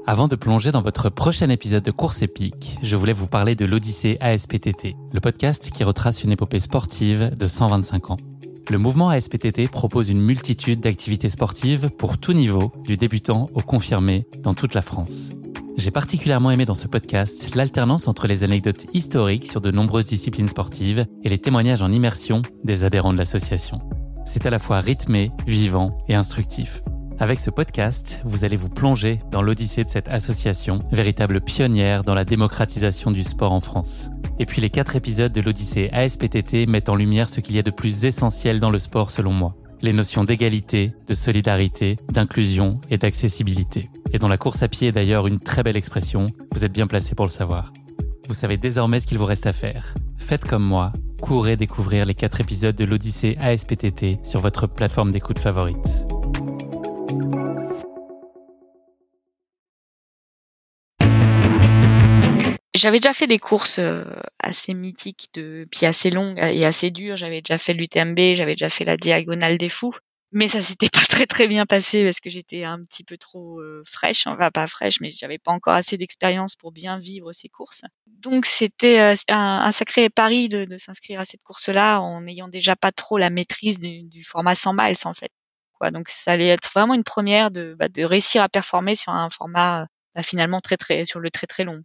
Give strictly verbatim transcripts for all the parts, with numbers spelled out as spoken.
Avant de plonger dans votre prochain épisode de Course épique, je voulais vous parler de l'Odyssée A S P T T, le podcast qui retrace une épopée sportive de cent vingt-cinq ans. Le mouvement A S P T T propose une multitude d'activités sportives pour tout niveau, du débutant au confirmé, dans toute la France. J'ai particulièrement aimé dans ce podcast l'alternance entre les anecdotes historiques sur de nombreuses disciplines sportives et les témoignages en immersion des adhérents de l'association. C'est à la fois rythmé, vivant et instructif. Avec ce podcast, vous allez vous plonger dans l'odyssée de cette association, véritable pionnière dans la démocratisation du sport en France. Et puis les quatre épisodes de l'Odyssée A S P T T mettent en lumière ce qu'il y a de plus essentiel dans le sport selon moi. Les notions d'égalité, de solidarité, d'inclusion et d'accessibilité. Et dont la course à pied est d'ailleurs une très belle expression, vous êtes bien placé pour le savoir. Vous savez désormais ce qu'il vous reste à faire. Faites comme moi, courez découvrir les quatre épisodes de l'Odyssée A S P T T sur votre plateforme d'écoute favorite. J'avais déjà fait des courses assez mythiques, de puis assez longues et assez dures. J'avais déjà fait l'U T M B, j'avais déjà fait la Diagonale des Fous. Mais ça s'était pas très très bien passé parce que j'étais un petit peu trop euh, fraîche, enfin pas fraîche, mais j'avais pas encore assez d'expérience pour bien vivre ces courses. Donc c'était euh, un, un sacré pari de, de s'inscrire à cette course-là en n'ayant déjà pas trop la maîtrise du, du format cent miles en fait. Quoi, donc ça allait être vraiment une première de, bah, de réussir à performer sur un format bah, finalement très très sur le très très long.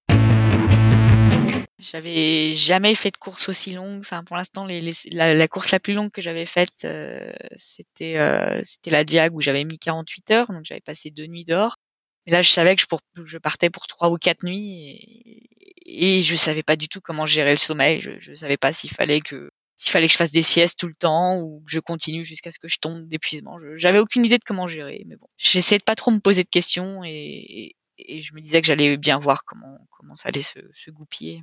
J'avais jamais fait de course aussi longue. Enfin, pour l'instant, les, les, la, la course la plus longue que j'avais faite, euh, c'était euh, c'était la Diag où j'avais mis quarante-huit heures, donc j'avais passé deux nuits dehors. Mais là, je savais que je, pour, je partais pour trois ou quatre nuits et, et je savais pas du tout comment gérer le sommeil. Je, je savais pas s'il fallait que s'il fallait que je fasse des siestes tout le temps ou que je continue jusqu'à ce que je tombe d'épuisement. Je, j'avais aucune idée de comment gérer. Mais bon, j'essayais de pas trop me poser de questions et, et, et je me disais que j'allais bien voir comment comment ça allait se, se goupiller.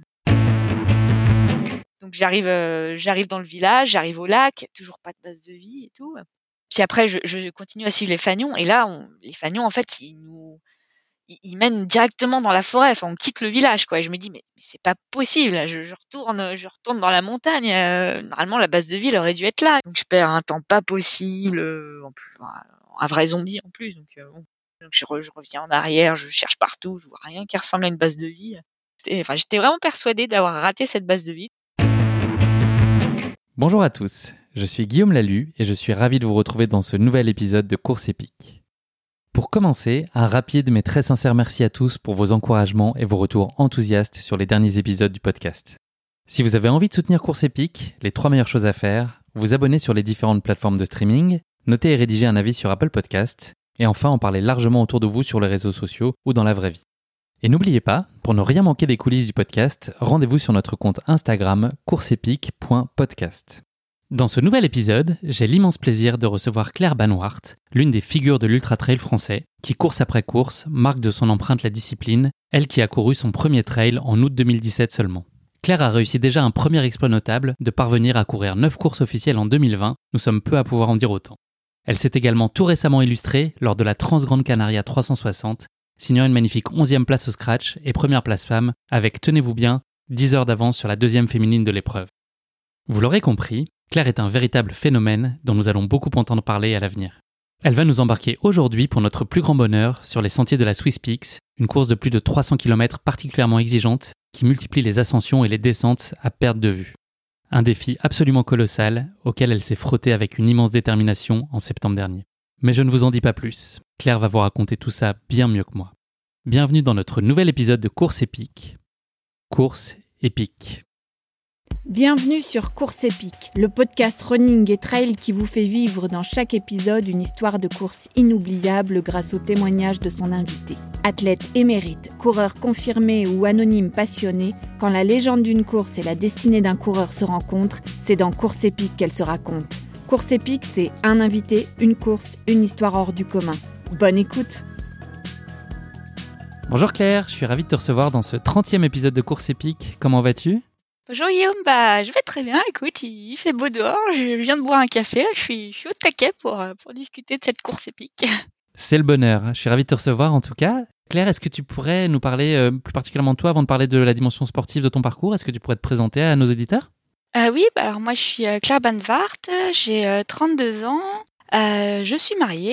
Donc j'arrive, euh, j'arrive dans le village, j'arrive au lac, toujours pas de base de vie et tout. Puis après, je, je continue à suivre les fanions et là, on, les fanions en fait, ils nous, ils, ils mènent directement dans la forêt. Enfin, on quitte le village, quoi. Et je me dis mais, mais c'est pas possible. Là. Je, je retourne, je retourne dans la montagne. Euh, normalement, la base de vie elle aurait dû être là. Donc je perds un temps pas possible, euh, en plus, un vrai zombie en plus. Donc, euh, bon. donc je, re, je reviens en arrière, je cherche partout, je vois rien qui ressemble à une base de vie. Et, enfin, j'étais vraiment persuadée d'avoir raté cette base de vie. Bonjour à tous, je suis Guillaume Lalu et je suis ravi de vous retrouver dans ce nouvel épisode de Course épique. Pour commencer, un rapide mais très sincère merci à tous pour vos encouragements et vos retours enthousiastes sur les derniers épisodes du podcast. Si vous avez envie de soutenir Course épique, les trois meilleures choses à faire, vous abonner sur les différentes plateformes de streaming, noter et rédiger un avis sur Apple Podcasts, et enfin en parler largement autour de vous sur les réseaux sociaux ou dans la vraie vie. Et n'oubliez pas, pour ne rien manquer des coulisses du podcast, rendez-vous sur notre compte Instagram courseepique point podcast. Dans ce nouvel épisode, j'ai l'immense plaisir de recevoir Claire Banwart, l'une des figures de l'ultra-trail français, qui course après course marque de son empreinte la discipline, elle qui a couru son premier trail en août deux mille dix-sept seulement. Claire a réussi déjà un premier exploit notable de parvenir à courir neuf courses officielles en deux mille vingt, nous sommes peu à pouvoir en dire autant. Elle s'est également tout récemment illustrée lors de la Transgrande Canaria trois cent soixante, signant une magnifique onzième place au scratch et première place femme, avec, tenez-vous bien, dix heures d'avance sur la deuxième féminine de l'épreuve. Vous l'aurez compris, Claire est un véritable phénomène dont nous allons beaucoup entendre parler à l'avenir. Elle va nous embarquer aujourd'hui pour notre plus grand bonheur sur les sentiers de la Swiss Peaks, une course de plus de trois cents kilomètres particulièrement exigeante qui multiplie les ascensions et les descentes à perte de vue. Un défi absolument colossal auquel elle s'est frottée avec une immense détermination en septembre dernier. Mais je ne vous en dis pas plus. Claire va vous raconter tout ça bien mieux que moi. Bienvenue dans notre nouvel épisode de Course épique. Course épique. Bienvenue sur Course épique, le podcast running et trail qui vous fait vivre dans chaque épisode une histoire de course inoubliable grâce au témoignage de son invité. Athlète émérite, coureur confirmé ou anonyme passionné, quand la légende d'une course et la destinée d'un coureur se rencontrent, c'est dans Course épique qu'elle se raconte. Course épique, c'est un invité, une course, une histoire hors du commun. Bonne écoute. Bonjour Claire, je suis ravi de te recevoir dans ce trentième épisode de Course épique. Comment vas-tu ? Bonjour Guillaume, bah je vais très bien. Écoute, il, il fait beau dehors, je viens de boire un café, je suis, je suis au taquet pour, pour discuter de cette course épique. C'est le bonheur, je suis ravi de te recevoir en tout cas. Claire, est-ce que tu pourrais nous parler euh, plus particulièrement de toi avant de parler de la dimension sportive de ton parcours ? Est-ce que tu pourrais te présenter à nos auditeurs ? Euh, oui, bah alors moi je suis euh, Claire Banwart, j'ai euh, trente-deux ans, euh, je suis mariée,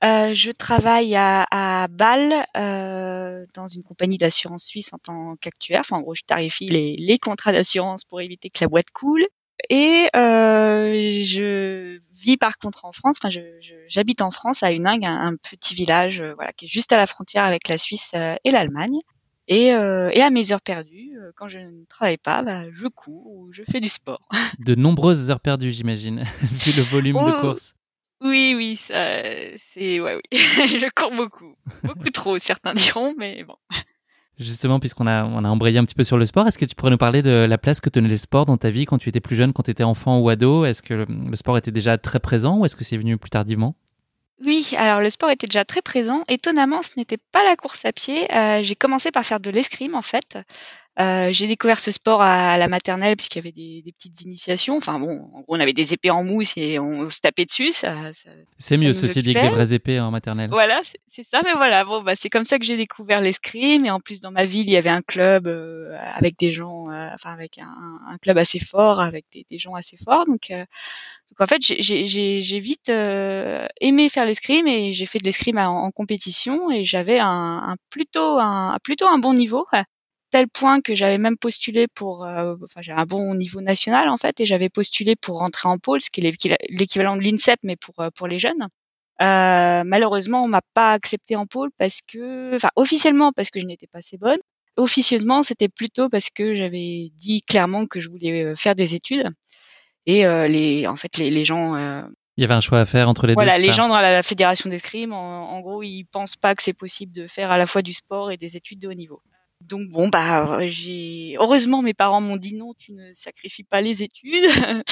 Euh, je travaille à, à Bâle euh, dans une compagnie d'assurance suisse en tant qu'actuaire. Enfin, en gros, je tarifie les, les contrats d'assurance pour éviter que la boîte coule. Et euh, je vis par contre en France. Enfin, je, je, j'habite en France à Huningue, un, un petit village, euh, voilà, qui est juste à la frontière avec la Suisse euh, et l'Allemagne. Et, euh, et à mes heures perdues, euh, quand je ne travaille pas, bah, je cours ou je fais du sport. De nombreuses heures perdues, j'imagine, vu le volume oh, de courses. Oui, oui, ça, c'est, ouais, oui. Je cours beaucoup, beaucoup trop, certains diront, mais bon. Justement, puisqu'on a, on a embrayé un petit peu sur le sport, est-ce que tu pourrais nous parler de la place que tenait le sport dans ta vie quand tu étais plus jeune, quand tu étais enfant ou ado? Est-ce que le, le sport était déjà très présent ou est-ce que c'est venu plus tardivement? Oui, alors le sport était déjà très présent. Étonnamment, ce n'était pas la course à pied. Euh, j'ai commencé par faire de l'escrime, en fait. Euh, j'ai découvert ce sport à la maternelle puisqu'il y avait des, des petites initiations. Enfin bon, en gros, on avait des épées en mousse et on se tapait dessus. Ça, ça, c'est ça mieux, nous ceci dit, occupait. que des vraies épées en maternelle. Voilà, c'est, c'est ça. Mais voilà, bon, bah, c'est comme ça que j'ai découvert l'escrime. Et en plus, dans ma ville, il y avait un club euh, avec des gens, euh, enfin avec un, un club assez fort, avec des, des gens assez forts. Donc, euh, donc en fait, j'ai, j'ai, j'ai vite euh, aimé faire l'escrime et j'ai fait de l'escrime en, en compétition et j'avais un, un plutôt un plutôt un bon niveau. Tel point que j'avais même postulé pour, euh, enfin j'avais un bon niveau national en fait, et j'avais postulé pour rentrer en pôle, ce qui est l'équivalent de l'INSEP mais pour pour les jeunes. Euh, malheureusement, on m'a pas accepté en pôle parce que, enfin officiellement parce que je n'étais pas assez bonne. Officieusement, c'était plutôt parce que j'avais dit clairement que je voulais faire des études et euh, les, en fait les, les gens. Euh, Il y avait un choix à faire entre les voilà, deux. Voilà, les ça. gens dans la, la fédération d'escrime, en, en gros, ils pensent pas que c'est possible de faire à la fois du sport et des études de haut niveau. Donc bon, bah j'ai heureusement mes parents m'ont dit non, tu ne sacrifies pas les études,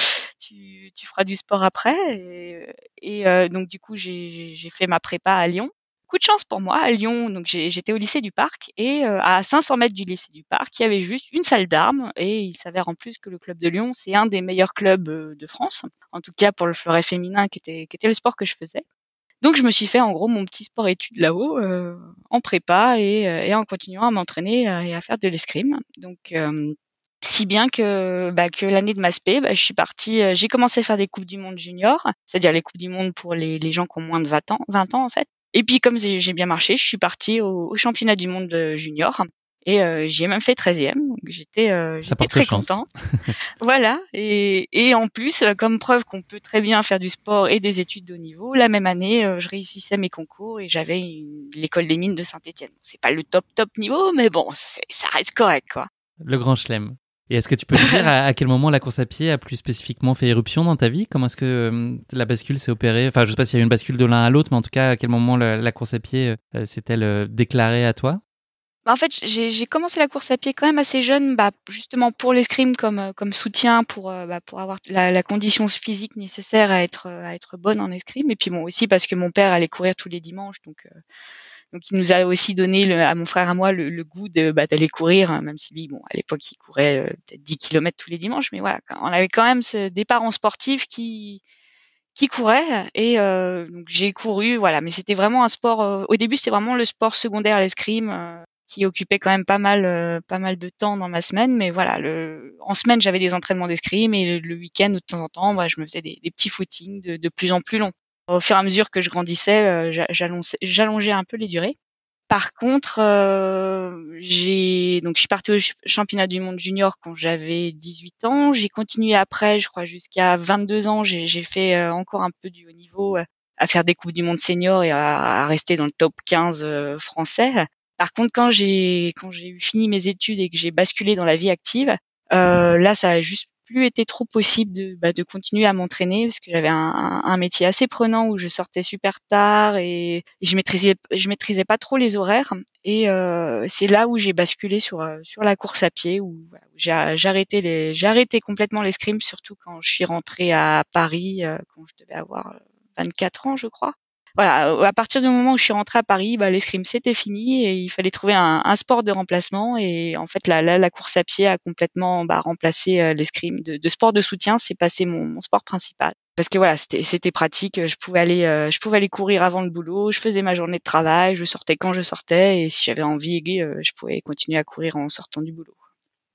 tu, tu feras du sport après. Et, et euh, donc du coup j'ai, j'ai fait ma prépa à Lyon. Coup de chance pour moi à Lyon, donc j'ai, j'étais au lycée du Parc et euh, à cinq cents mètres du lycée du Parc, il y avait juste une salle d'armes et il s'avère en plus que le club de Lyon c'est un des meilleurs clubs de France, en tout cas pour le fleuret féminin qui était qui était le sport que je faisais. Donc je me suis fait en gros mon petit sport études là-haut euh, en prépa et, et en continuant à m'entraîner et à faire de l'escrime. Donc euh, si bien que bah, que l'année de ma spé, bah, je suis partie, euh, j'ai commencé à faire des coupes du monde junior, c'est-à-dire les coupes du monde pour les, les gens qui ont moins de vingt ans, vingt ans en fait. Et puis comme j'ai, j'ai bien marché, je suis partie au, au championnat du monde junior. Et euh, j'ai même fait treizième, donc j'étais, euh, j'étais très chance. contente. Voilà, et, et en plus, comme preuve qu'on peut très bien faire du sport et des études de haut niveau, la même année, euh, je réussissais mes concours et j'avais une, l'école des mines de Saint-Étienne. C'est pas le top top niveau, mais bon, c'est, ça reste correct, quoi. Le grand chelem. Et est-ce que tu peux nous dire à, à quel moment la course à pied a plus spécifiquement fait éruption dans ta vie? Comment est-ce que euh, la bascule s'est opérée? Enfin, je sais pas s'il y a eu une bascule de l'un à l'autre, mais en tout cas, à quel moment la, la course à pied euh, s'est-elle euh, déclarée à toi? En fait, j'ai, j'ai commencé la course à pied quand même assez jeune, bah, justement pour l'escrime comme comme soutien, pour bah, pour avoir la, la condition physique nécessaire à être à être bonne en escrime. Et puis bon aussi parce que mon père allait courir tous les dimanches, donc euh, donc il nous a aussi donné le, à mon frère et à moi le, le goût de bah, d'aller courir, hein, même si lui, bon à l'époque il courait euh, peut-être dix kilomètres tous les dimanches, mais voilà, on avait quand même ce, des parents sportifs qui qui couraient et euh, donc j'ai couru, voilà, mais c'était vraiment un sport. Euh, au début, c'était vraiment le sport secondaire, l'escrime. Euh, qui occupait quand même pas mal euh, pas mal de temps dans ma semaine, mais voilà, le en semaine j'avais des entraînements d'escrime et le, le week-end ou de temps en temps bah, je me faisais des, des petits footings de, de plus en plus longs. Au fur et à mesure que je grandissais, euh, j'allongeais, j'allongeais un peu les durées. Par contre, euh, j'ai donc je suis partie au championnat du monde junior quand j'avais dix-huit ans. J'ai continué après, je crois jusqu'à vingt-deux ans. J'ai, j'ai fait euh, encore un peu du haut niveau, euh, à faire des coupes du monde senior et à, à rester dans le top quinze euh, français. Par contre, quand j'ai quand j'ai eu fini mes études et que j'ai basculé dans la vie active, euh, là, ça a juste plus été trop possible de bah, de continuer à m'entraîner parce que j'avais un, un, un métier assez prenant où je sortais super tard et, et je maîtrisais je maîtrisais pas trop les horaires et euh, c'est là où j'ai basculé sur sur la course à pied où voilà, j'ai, j'ai arrêté les j'ai arrêté complètement l'escrime, surtout quand je suis rentrée à Paris euh, quand je devais avoir vingt-quatre ans, je crois. Voilà, à partir du moment où je suis rentrée à Paris, bah, l'escrime c'était fini et il fallait trouver un, un sport de remplacement et en fait la, la, la course à pied a complètement bah, remplacé euh, l'escrime. De, de sport de soutien, c'est passé mon, mon sport principal parce que voilà c'était, c'était pratique. Je pouvais aller euh, je pouvais aller courir avant le boulot, je faisais ma journée de travail, je sortais quand je sortais et si j'avais envie, euh, je pouvais continuer à courir en sortant du boulot.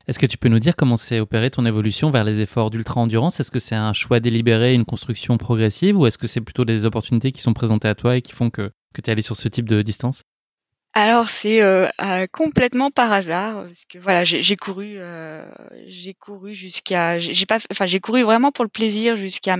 Est-ce que tu peux nous dire comment s'est opérée ton évolution vers les efforts d'ultra-endurance ? Est-ce que c'est un choix délibéré, une construction progressive, ou est-ce que c'est plutôt des opportunités qui sont présentées à toi et qui font que, que tu es allé sur ce type de distance ? Alors c'est euh, euh, complètement par hasard parce que voilà j'ai, j'ai couru euh, j'ai couru jusqu'à j'ai, j'ai pas enfin j'ai couru vraiment pour le plaisir jusqu'à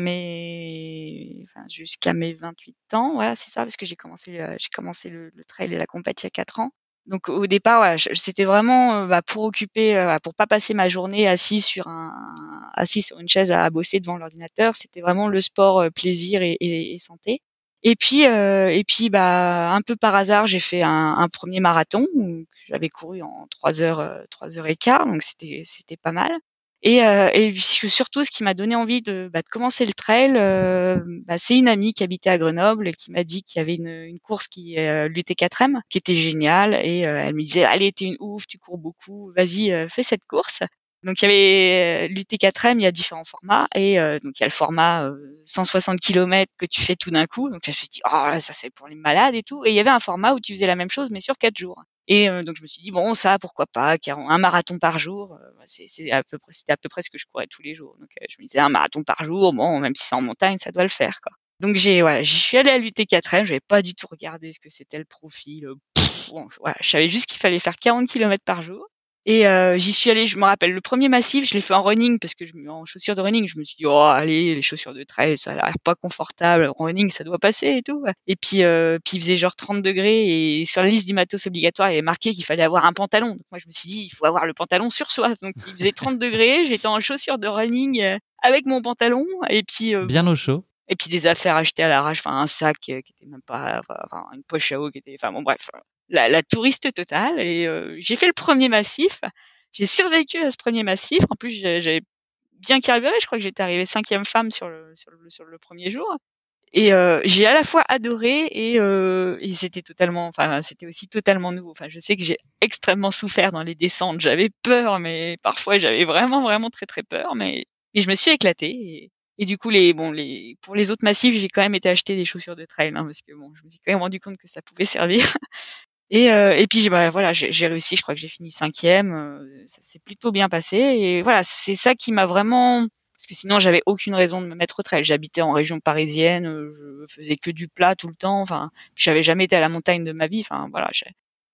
mes enfin jusqu'à mes vingt-huit ans, voilà c'est ça, parce que j'ai commencé euh, j'ai commencé le, le trail et la compète il y a quatre ans. Donc au départ voilà je, c'était vraiment euh, bah, pour occuper euh, pour pas passer ma journée assis sur un assis sur une chaise à, à bosser devant l'ordinateur. C'était vraiment le sport euh, plaisir et, et, et santé. Et puis, euh, et puis, bah, un peu par hasard, j'ai fait un, un premier marathon que j'avais couru en trois heures, euh, trois heures et quart, donc c'était, c'était pas mal. Et, euh, et surtout, ce qui m'a donné envie de, bah, de commencer le trail, euh, bah, c'est une amie qui habitait à Grenoble et qui m'a dit qu'il y avait une, une course qui euh, l'U T quatre M, qui était géniale. Et euh, elle me disait, allez, t'es une ouf, tu cours beaucoup, vas-y, euh, fais cette course. Donc il y avait l'U T quatre M, il y a différents formats et euh, donc il y a le format euh, cent soixante kilomètres que tu fais tout d'un coup. Donc je me suis dit oh là, ça c'est pour les malades et tout. Et il y avait un format où tu faisais la même chose mais sur quatre jours. Et euh, donc je me suis dit bon ça pourquoi pas, car un marathon par jour, euh, c'est, c'est à peu près c'était à peu près ce que je courais tous les jours. Donc euh, je me disais un marathon par jour, bon même si c'est en montagne ça doit le faire quoi. Donc j'ai voilà, j'y suis allée à l'U T quatre M, j'avais pas du tout regardé ce que c'était le profil. Pff, bon, voilà, je savais juste qu'il fallait faire quarante kilomètres par jour. Et euh, j'y suis allée, je me rappelle, le premier massif, je l'ai fait en running parce que je en chaussures de running, je me suis dit oh allez, les chaussures de trail, ça a l'air pas confortable, en running ça doit passer et tout. Et puis euh, puis il faisait genre trente degrés et sur la liste du matos obligatoire, il y avait marqué qu'il fallait avoir un pantalon. Donc moi je me suis dit il faut avoir le pantalon sur soi. Donc il faisait trente degrés, j'étais en chaussures de running euh, avec mon pantalon et puis euh, bien au chaud. Et puis des affaires achetées à l'arrache, enfin un sac euh, qui était même pas, enfin une poche à eau qui était, enfin bon bref, la, la touriste totale. Et euh, j'ai fait le premier massif, j'ai survécu à ce premier massif. En plus j'avais bien carburé, je crois que j'étais arrivée cinquième femme sur le sur le sur le premier jour. Et euh, j'ai à la fois adoré et, euh, et c'était totalement, enfin c'était aussi totalement nouveau. Enfin je sais que j'ai extrêmement souffert dans les descentes, j'avais peur, mais parfois j'avais vraiment vraiment très très peur, mais, mais je me suis éclatée. Et, Et du coup, les bon, les pour les autres massifs, j'ai quand même été acheter des chaussures de trail, hein, parce que bon, je me suis quand même rendu compte que ça pouvait servir. Et euh, et puis bah, voilà, j'ai, j'ai réussi. Je crois que j'ai fini cinquième. Euh, ça s'est plutôt bien passé. Et voilà, c'est ça qui m'a vraiment, parce que sinon j'avais aucune raison de me mettre au trail. J'habitais en région parisienne, je faisais que du plat tout le temps. Enfin, j'avais jamais été à la montagne de ma vie. Enfin voilà, j'ai...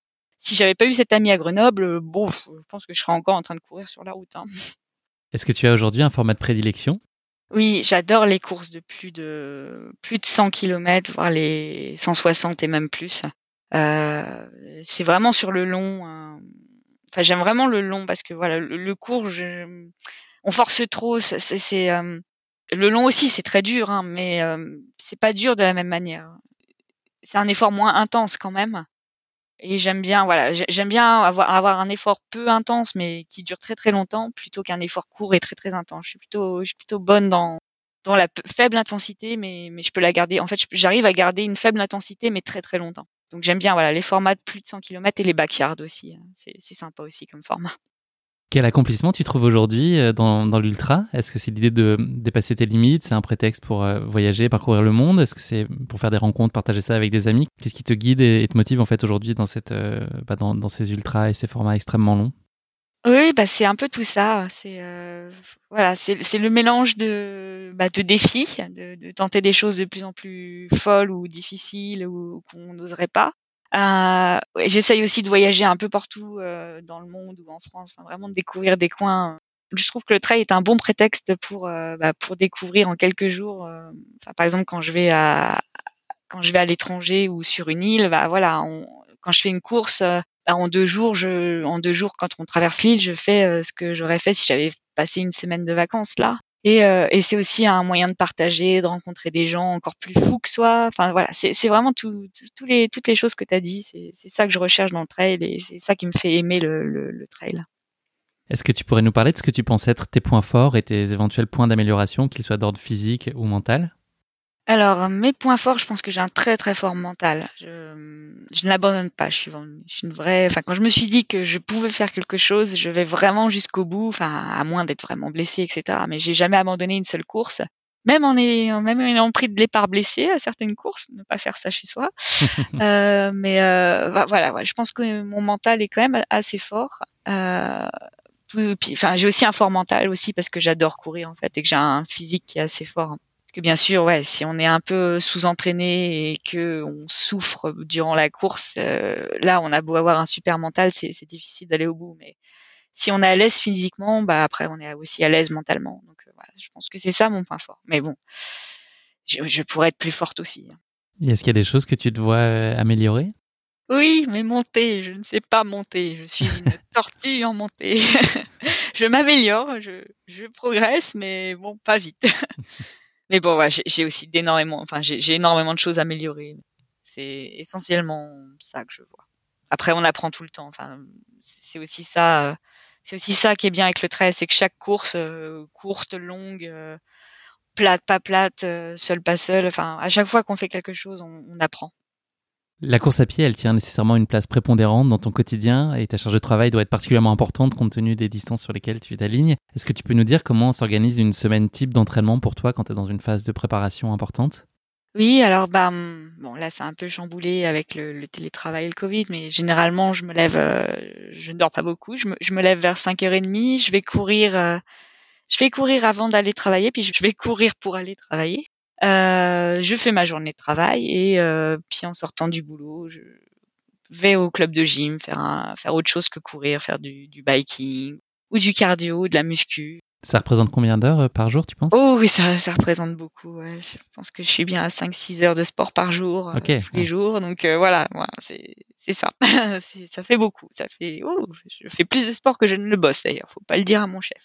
si j'avais pas eu cette amie à Grenoble, bon, je pense que je serais encore en train de courir sur la route. Hein. Est-ce que tu as aujourd'hui un format de prédilection ? Oui, j'adore les courses de plus de plus de cent kilomètres, voire les cent soixante et même plus. Euh, c'est vraiment sur le long. Euh, enfin, j'aime vraiment le long parce que voilà, le, le court, je, on force trop. C'est, c'est, c'est euh, le long aussi, c'est très dur, hein, mais euh, c'est pas dur de la même manière. C'est un effort moins intense quand même. Et j'aime bien, voilà, j'aime bien avoir avoir un effort peu intense mais qui dure très très longtemps plutôt qu'un effort court et très très intense. Je suis plutôt, je suis plutôt bonne dans dans la p- faible intensité, mais mais je peux la garder. En fait, j'arrive à garder une faible intensité mais très très longtemps. Donc j'aime bien, voilà, les formats de plus de cent kilomètres et les backyards aussi. C'est c'est sympa aussi comme format. Quel accomplissement tu trouves aujourd'hui dans, dans l'ultra ? Est-ce que c'est l'idée de dépasser tes limites ? C'est un prétexte pour voyager, parcourir le monde ? Est-ce que c'est pour faire des rencontres, partager ça avec des amis ? Qu'est-ce qui te guide et te motive en fait aujourd'hui dans, cette, bah dans, dans ces ultras et ces formats extrêmement longs ? Oui, bah c'est un peu tout ça. C'est euh, voilà, c'est c'est le mélange de bah, de défis, de, de tenter des choses de plus en plus folles ou difficiles ou qu'on n'oserait pas. Euh, ouais, j'essaye aussi de voyager un peu partout euh, dans le monde ou en France, enfin, vraiment de découvrir des coins. Je trouve que le trail est un bon prétexte pour euh, bah, pour découvrir en quelques jours. Euh, enfin, par exemple, quand je vais à quand je vais à l'étranger ou sur une île, bah voilà, on, quand je fais une course, euh, bah, en deux jours, je en deux jours, quand on traverse l'île, je fais euh, ce que j'aurais fait si j'avais passé une semaine de vacances là. Et, euh, et c'est aussi un moyen de partager, de rencontrer des gens encore plus fous que soi. Enfin voilà, c'est, c'est vraiment tout, tout, tous les, toutes les choses que tu as dit. C'est, c'est ça que je recherche dans le trail et c'est ça qui me fait aimer le, le, le trail. Est-ce que tu pourrais nous parler de ce que tu penses être tes points forts et tes éventuels points d'amélioration, qu'ils soient d'ordre physique ou mental ? Alors, mes points forts, je pense que j'ai un très très fort mental. Je, je ne l'abandonne pas. Je suis, je suis une vraie. Enfin, quand je me suis dit que je pouvais faire quelque chose, je vais vraiment jusqu'au bout. Enfin, à moins d'être vraiment blessée, et cetera. Mais j'ai jamais abandonné une seule course, même en ayant, même en ayant pris de départ blessé à certaines courses. Ne pas faire ça chez soi. euh, mais euh, voilà, ouais, je pense que mon mental est quand même assez fort. Euh, tout, puis, enfin, j'ai aussi un fort mental aussi parce que j'adore courir en fait et que j'ai un physique qui est assez fort. Parce que bien sûr, ouais, si on est un peu sous-entraîné et que on souffre durant la course, euh, là, on a beau avoir un super mental, c'est, c'est difficile d'aller au bout. Mais si on est à l'aise physiquement, bah après, on est aussi à l'aise mentalement. Donc, euh, voilà, je pense que c'est ça mon point fort. Mais bon, je, je pourrais être plus forte aussi. Et est-ce qu'il y a des choses que tu te vois euh, améliorer? Oui, mais monter, je ne sais pas monter. Je suis une tortue en montée. Je m'améliore, je, je progresse, mais bon, pas vite. Mais bon, ouais, j'ai, j'ai aussi d'énormément, enfin, j'ai, j'ai énormément de choses à améliorer. C'est essentiellement ça que je vois. Après, on apprend tout le temps. Enfin, c'est aussi ça, euh, c'est aussi ça qui est bien avec le trail, c'est que chaque course, euh, courte, longue, euh, plate, pas plate, euh, seule, pas seule, enfin, à chaque fois qu'on fait quelque chose, on, on apprend. La course à pied, elle tient nécessairement une place prépondérante dans ton quotidien et ta charge de travail doit être particulièrement importante compte tenu des distances sur lesquelles tu t'alignes. Est-ce que tu peux nous dire comment s'organise une semaine type d'entraînement pour toi quand tu es dans une phase de préparation importante? Oui, alors bah bon là c'est un peu chamboulé avec le, le télétravail et le Covid, mais généralement je me lève, euh, je ne dors pas beaucoup, je me, je me lève vers cinq heures trente, je vais courir, euh, je vais courir avant d'aller travailler, puis je vais courir pour aller travailler. Euh, je fais ma journée de travail et euh, puis en sortant du boulot, je vais au club de gym faire un, faire autre chose que courir, faire du, du biking ou du cardio, de la muscu. Ça représente combien d'heures par jour, tu penses? Oh oui, ça, ça représente beaucoup. Ouais. Je pense que je suis bien à cinq six heures de sport par jour, okay. euh, tous les jours. Donc euh, voilà, voilà c'est, c'est ça. c'est, ça fait beaucoup. Ça fait. Oh, je fais plus de sport que je ne le bosse d'ailleurs. Faut pas le dire à mon chef.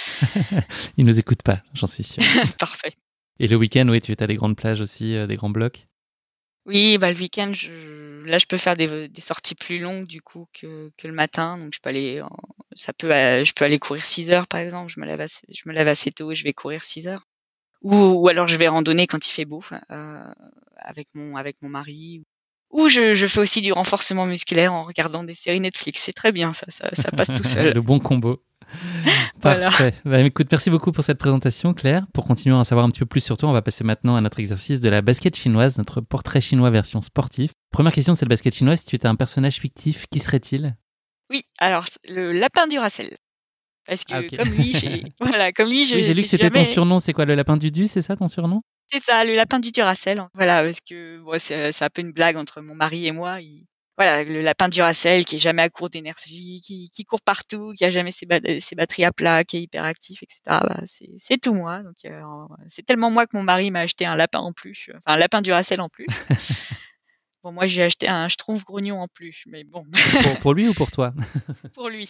Il nous écoute pas, j'en suis sûr. Parfait. Et le week-end, oui, tu as des grandes plages aussi, euh, des grands blocs? Oui, bah le week-end, je, là, je peux faire des, des sorties plus longues du coup que, que le matin. Donc je peux aller, en, ça peut, euh, je peux aller courir six heures par exemple. Je me lève assez, je me lève assez tôt et je vais courir six heures. Ou, ou alors je vais randonner quand il fait beau euh, avec mon avec mon mari. Ou je, je fais aussi du renforcement musculaire en regardant des séries Netflix. C'est très bien, ça, ça, ça passe tout seul. Le bon combo. Voilà. Parfait. Bah, écoute, merci beaucoup pour cette présentation, Claire. Pour continuer à en savoir un petit peu plus sur toi, on va passer maintenant à notre exercice de la basket chinoise, notre portrait chinois version sportif. Première question, c'est le basket chinois. Si tu étais un personnage fictif, qui serait-il? Oui, alors le lapin du Racel. Parce que ah, okay. comme lui, j'ai voilà, comme lui, je, oui, j'ai lu que c'était jamais... ton surnom. C'est quoi, le lapin du Du, c'est ça ton surnom? C'est ça, le lapin du Duracell. Voilà, parce que bon, c'est, c'est un peu une blague entre mon mari et moi. Il... Voilà, le lapin du Duracell qui est jamais à court d'énergie, qui, qui court partout, qui a jamais ses, ba- ses batteries à plat, qui est hyper actif, et cetera. Bah, c'est, c'est tout moi. Donc euh, c'est tellement moi que mon mari m'a acheté un lapin en plus, enfin un lapin du Duracell en plus. Bon, moi j'ai acheté un Schtroumpf grognon en plus, mais bon. pour, pour lui ou pour toi? Pour lui.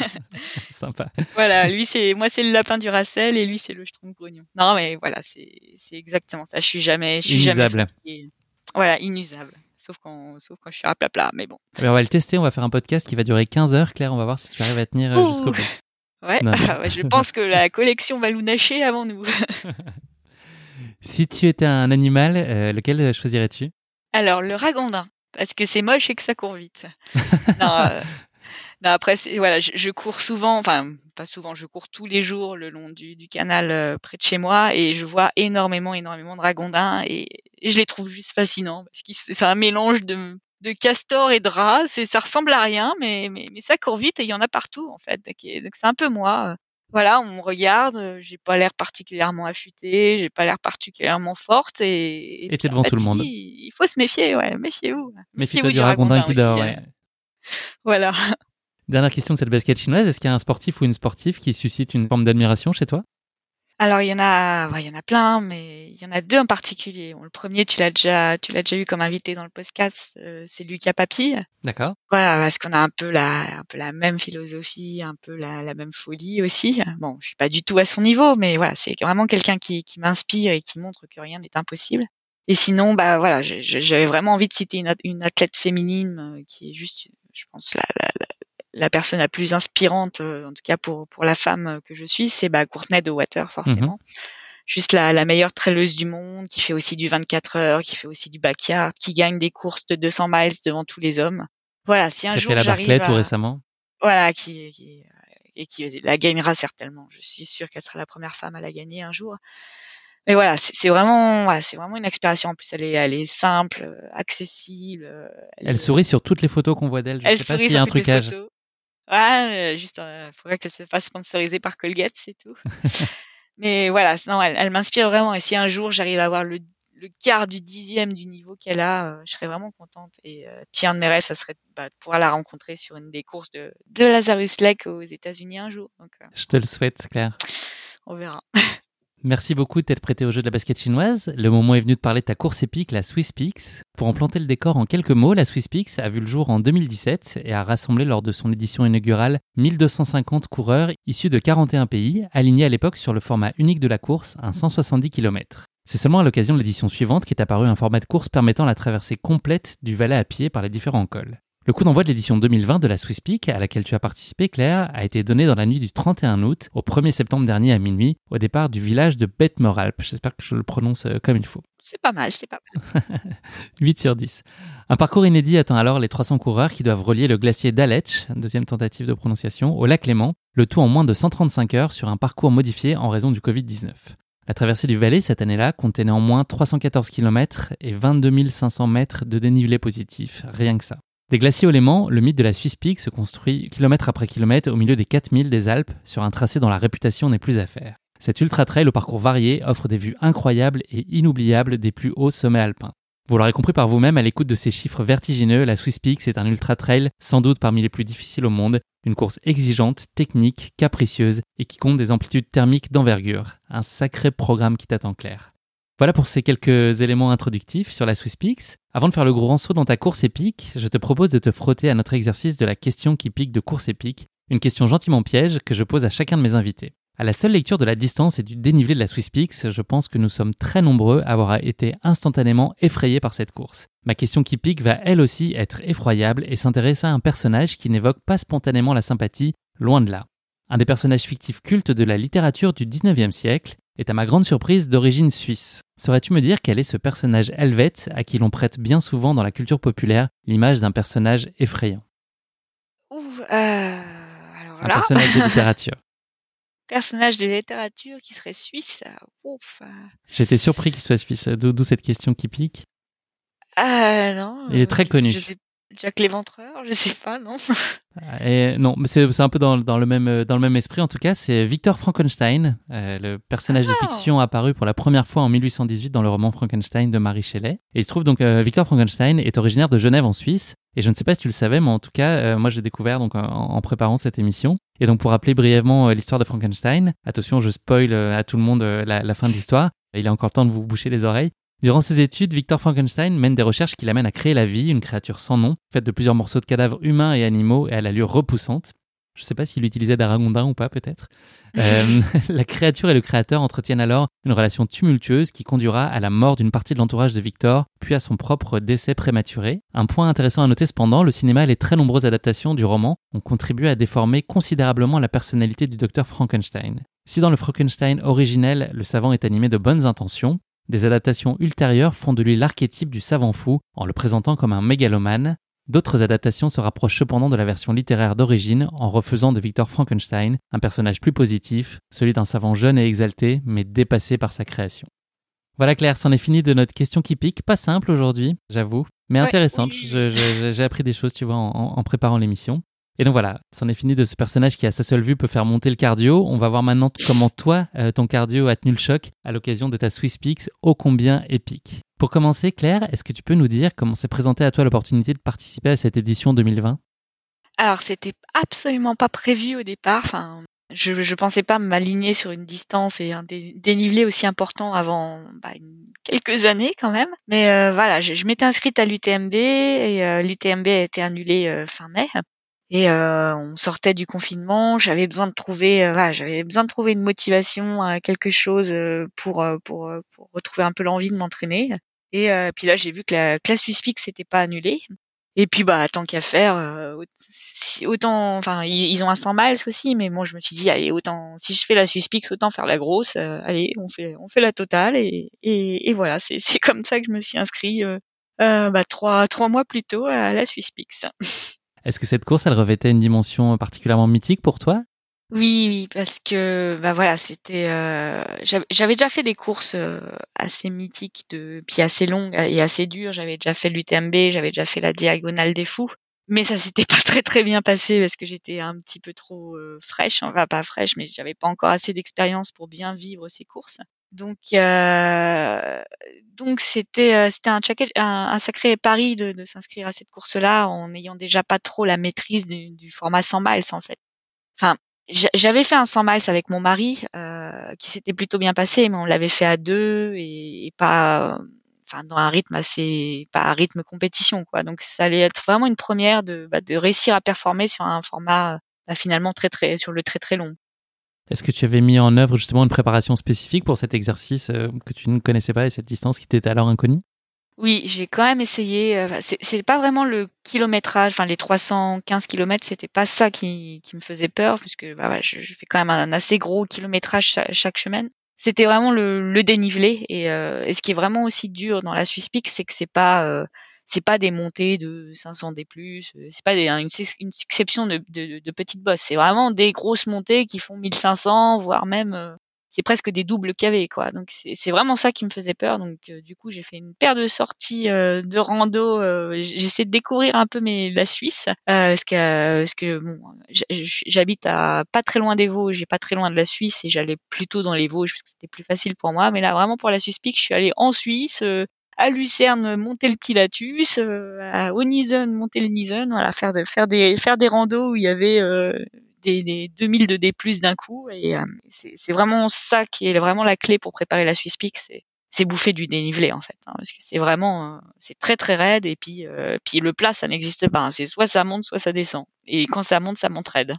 Sympa. Voilà, lui c'est, moi c'est le lapin du Duracell et lui c'est le Schtroumpf grognon. Non mais voilà, c'est, c'est exactement ça. Je suis jamais, je suis inusable. jamais fatiguée. Voilà, inusable. Sauf quand, sauf quand je suis à plat plat, mais bon. Alors on va le tester, on va faire un podcast qui va durer quinze heures, Claire, on va voir si tu arrives à tenir Ouh jusqu'au bout. Ouais, non, non. ouais, je pense que la collection va nous nacher avant nous. Si tu étais un animal, euh, lequel choisirais-tu? Alors, le ragondin, parce que c'est moche et que ça court vite. non, euh, non, après, c'est, voilà, je, je cours souvent, enfin, pas souvent, je cours tous les jours le long du, du canal euh, près de chez moi et je vois énormément, énormément de ragondins et, et je les trouve juste fascinants parce que c'est un mélange de, de castor et de rat. C'est, ça ressemble à rien, mais, mais, mais ça court vite et il y en a partout, en fait. Donc, donc c'est un peu moi. Voilà, on me regarde, j'ai pas l'air particulièrement affûtée, j'ai pas l'air particulièrement forte et, et, et t'es devant tout le monde. Il faut se méfier, ouais, méfiez-vous. Méfie-toi du ragondin qui dort, ouais. Voilà. Dernière question de cette basket chinoise, est-ce qu'il y a un sportif ou une sportive qui suscite une forme d'admiration chez toi? Alors, il y en a, ouais, il y en a plein, mais il y en a deux en particulier. Bon, le premier, tu l'as déjà, tu l'as déjà eu comme invité dans le podcast, euh, c'est Lucas Papille. D'accord. Voilà, parce qu'on a un peu la, un peu la même philosophie, un peu la, la même folie aussi. Bon, je suis pas du tout à son niveau, mais voilà, c'est vraiment quelqu'un qui, qui m'inspire et qui montre que rien n'est impossible. Et sinon, bah voilà, j'avais vraiment envie de citer une, une athlète féminine qui est juste, je pense, la, la, la la personne la plus inspirante, euh, en tout cas pour pour la femme que je suis, c'est bah Courtney Dauwalter, forcément. Mm-hmm. Juste la, la meilleure trailleuse du monde, qui fait aussi du vingt-quatre heures, qui fait aussi du backyard, qui gagne des courses de deux cents miles devant tous les hommes. Voilà, si un qui jour a fait la j'arrive Barclay à... tout récemment. Voilà, qui, qui et qui la gagnera certainement. Je suis sûre qu'elle sera la première femme à la gagner un jour. Mais voilà, c'est, c'est vraiment, voilà, c'est vraiment une inspiration. En plus, elle est, elle est simple, accessible. Elle, elle est... sourit sur toutes les photos qu'on voit d'elle. Je elle sais pas s'il y a un trucage. Ouais, juste, il faudrait qu'elle se fasse sponsoriser par Colgate, c'est tout. Mais voilà, non, elle, elle m'inspire vraiment. Et si un jour j'arrive à avoir le, le quart du dixième du niveau qu'elle a, euh, je serais vraiment contente. Et euh, petit un de mes rêves, ça serait bah, de pouvoir la rencontrer sur une des courses de, de Lazarus Lake aux États-Unis un jour. Donc, euh, Je te le souhaite, Claire. On verra. Merci beaucoup de t'être prêté au jeu de la basket chinoise. Le moment est venu de parler de ta course épique, la Swiss Peaks. Pour en planter le décor en quelques mots, la Swiss Peaks a vu le jour en deux mille dix-sept et a rassemblé lors de son édition inaugurale mille deux cent cinquante coureurs issus de quarante et un pays, alignés à l'époque sur le format unique de la course, un cent soixante-dix kilomètres. C'est seulement à l'occasion de l'édition suivante qu'est apparu un format de course permettant la traversée complète du Valais à pied par les différents cols. Le coup d'envoi de l'édition deux mille vingt de la Swiss Peak, à laquelle tu as participé, Claire, a été donné dans la nuit du trente et un août au premier septembre dernier à minuit, au départ du village de Bettmeralp. J'espère que je le prononce comme il faut. C'est pas mal, c'est pas mal. huit sur dix. Un parcours inédit attend alors les trois cents coureurs qui doivent relier le glacier d'Aletsch, deuxième tentative de prononciation, au lac Léman, le tout en moins de cent trente-cinq heures sur un parcours modifié en raison du covid dix-neuf. La traversée du Valais cette année-là comptait néanmoins trois cent quatorze kilomètres et vingt-deux mille cinq cents mètres de dénivelé positif, rien que ça. Des glaciers au Léman, le mythe de la Swiss Peak se construit kilomètre après kilomètre au milieu des quatre mille des Alpes sur un tracé dont la réputation n'est plus à faire. Cet ultra-trail au parcours varié offre des vues incroyables et inoubliables des plus hauts sommets alpins. Vous l'aurez compris par vous-même à l'écoute de ces chiffres vertigineux, la Swiss Peak c'est un ultra-trail sans doute parmi les plus difficiles au monde, une course exigeante, technique, capricieuse et qui compte des amplitudes thermiques d'envergure. Un sacré programme qui t'attend, Claire. Voilà pour ces quelques éléments introductifs sur la Swiss Peaks. Avant de faire le grand saut dans ta course épique, je te propose de te frotter à notre exercice de la question qui pique de course épique, une question gentiment piège que je pose à chacun de mes invités. À la seule lecture de la distance et du dénivelé de la Swiss Peaks, je pense que nous sommes très nombreux à avoir été instantanément effrayés par cette course. Ma question qui pique va elle aussi être effroyable et s'intéresser à un personnage qui n'évoque pas spontanément la sympathie, loin de là. Un des personnages fictifs cultes de la littérature du dix-neuvième siècle est à ma grande surprise d'origine suisse. Saurais-tu me dire quel est ce personnage helvète à qui l'on prête bien souvent dans la culture populaire l'image d'un personnage effrayant? Ouh, euh, alors Un là, personnage de littérature. personnage de littérature qui serait suisse. Ouf. J'étais surpris qu'il soit suisse, d'où, d'où cette question qui pique. Ah non. Il est très je, connu. Je sais, Jack l'Éventreur, je sais pas, non. Et non, mais c'est, c'est un peu dans, dans, le même, dans le même esprit en tout cas. C'est Victor Frankenstein, euh, le personnage Ah. de fiction apparu pour la première fois en mille huit cent dix-huit dans le roman Frankenstein de Mary Shelley. Et il se trouve donc euh, Victor Frankenstein est originaire de Genève en Suisse. Et je ne sais pas si tu le savais, mais en tout cas, euh, moi j'ai découvert donc en, en préparant cette émission. Et donc pour rappeler brièvement euh, l'histoire de Frankenstein, attention, je spoil euh, à tout le monde euh, la, la fin de l'histoire. Il est encore temps de vous boucher les oreilles. Durant ses études, Victor Frankenstein mène des recherches qui l'amènent à créer la vie, une créature sans nom, faite de plusieurs morceaux de cadavres humains et animaux et à l'allure repoussante. Je ne sais pas s'il utilisait des ragondins ou pas, peut-être. Euh, la créature et le créateur entretiennent alors une relation tumultueuse qui conduira à la mort d'une partie de l'entourage de Victor, puis à son propre décès prématuré. Un point intéressant à noter cependant, le cinéma et les très nombreuses adaptations du roman ont contribué à déformer considérablement la personnalité du docteur Frankenstein. Si dans le Frankenstein originel, le savant est animé de bonnes intentions, des adaptations ultérieures font de lui l'archétype du savant fou en le présentant comme un mégalomane. D'autres adaptations se rapprochent cependant de la version littéraire d'origine en refaisant de Victor Frankenstein un personnage plus positif, celui d'un savant jeune et exalté, mais dépassé par sa création. Voilà Claire, c'en est fini de notre question qui pique. Pas simple aujourd'hui, j'avoue, mais Ouais, intéressante. oui. Je, je, j'ai appris des choses, tu vois, en, en préparant l'émission. Et donc voilà, c'en est fini de ce personnage qui à sa seule vue peut faire monter le cardio. On va voir maintenant comment toi, euh, ton cardio a tenu le choc à l'occasion de ta Swiss Peaks ô combien épique. Pour commencer, Claire, est-ce que tu peux nous dire comment s'est présentée à toi l'opportunité de participer à cette édition deux mille vingt? Alors, c'était absolument pas prévu au départ. Enfin, je, je pensais pas m'aligner sur une distance et un dé- dénivelé aussi important avant bah, une- quelques années quand même. Mais euh, voilà, je, je m'étais inscrite à l'U T M B et euh, l'U T M B a été annulé euh, fin mai. Et euh, on sortait du confinement, j'avais besoin de trouver, euh, voilà, j'avais besoin de trouver une motivation, euh, quelque chose euh, pour, euh, pour euh, pour retrouver un peu l'envie de m'entraîner. Et euh, puis là, j'ai vu que la classe Swiss Peak s'était pas annulée. Et puis bah tant qu'à faire, euh, aut- si- autant, enfin ils, ils ont un cent miles aussi, mais moi je me suis dit allez autant, si je fais la Swiss Peak, autant faire la grosse. euh, allez, on fait on fait la totale et et, et voilà, c'est c'est comme ça que je me suis inscrit euh, euh, bah trois trois mois plus tôt à la Swiss Peak. Est-ce que cette course, elle revêtait une dimension particulièrement mythique pour toi? Oui, oui, parce que bah voilà, c'était euh, j'avais j'avais déjà fait des courses euh, assez mythiques de puis assez longues et assez dures. J'avais déjà fait l'U T M B, j'avais déjà fait la Diagonale des Fous. mais ça s'était pas très très bien passé parce que j'étais un petit peu trop euh, fraîche, enfin pas fraîche, mais j'avais pas encore assez d'expérience pour bien vivre ces courses. Donc euh, donc c'était euh, c'était un, chacun- un, un sacré pari de, de s'inscrire à cette course-là en n'ayant déjà pas trop la maîtrise du, du format cent miles en fait. Enfin, j'a- j'avais fait un cent miles avec mon mari euh, qui s'était plutôt bien passé, mais on l'avait fait à deux et, et pas enfin dans un rythme assez pas un rythme compétition quoi. Donc ça allait être vraiment une première de bah, de réussir à performer sur un format bah, finalement très très sur le très très long. Est-ce que tu avais mis en œuvre justement une préparation spécifique pour cet exercice euh, que tu ne connaissais pas et cette distance qui t'était alors inconnue? Oui, j'ai quand même essayé. euh, enfin, c'est c'est pas vraiment le kilométrage, enfin les trois cent quinze kilomètres, c'était pas ça qui, qui me faisait peur, puisque bah, ouais, je, je fais quand même un assez gros kilométrage cha- chaque semaine. C'était vraiment le, le dénivelé et, euh, et ce qui est vraiment aussi dur dans la Swiss Peak, c'est que c'est pas euh, c'est pas des montées de cinq cents D plus, euh, c'est pas des, une, une succession de, de, de petites bosses, c'est vraiment des grosses montées qui font mille cinq cents, voire même euh, c'est presque des doubles K V quoi. Donc c'est c'est vraiment ça qui me faisait peur. Donc euh, du coup j'ai fait une paire de sorties euh, de rando. Euh, J'essaie de découvrir un peu mes la Suisse euh, parce que euh, parce que bon j'- j'habite à pas très loin des Vosges, j'ai pas très loin de la Suisse et j'allais plutôt dans les Vosges parce que c'était plus facile pour moi. Mais là vraiment pour la Swiss Peak, je suis allée en Suisse. Euh, à Lucerne, monter le Pilatus, euh, à Onisen, monter le Nisen, voilà, faire de, faire des, faire des randos où il y avait euh, des, des deux mille de D plus d'un coup. Et euh, c'est, c'est vraiment ça qui est vraiment la clé pour préparer la Swiss Peak, c'est, c'est bouffer du dénivelé en fait, hein, parce que c'est vraiment, euh, c'est très très raide et puis, euh, puis le plat ça n'existe pas, hein, c'est soit ça monte, soit ça descend. Et quand ça monte, ça monte raide.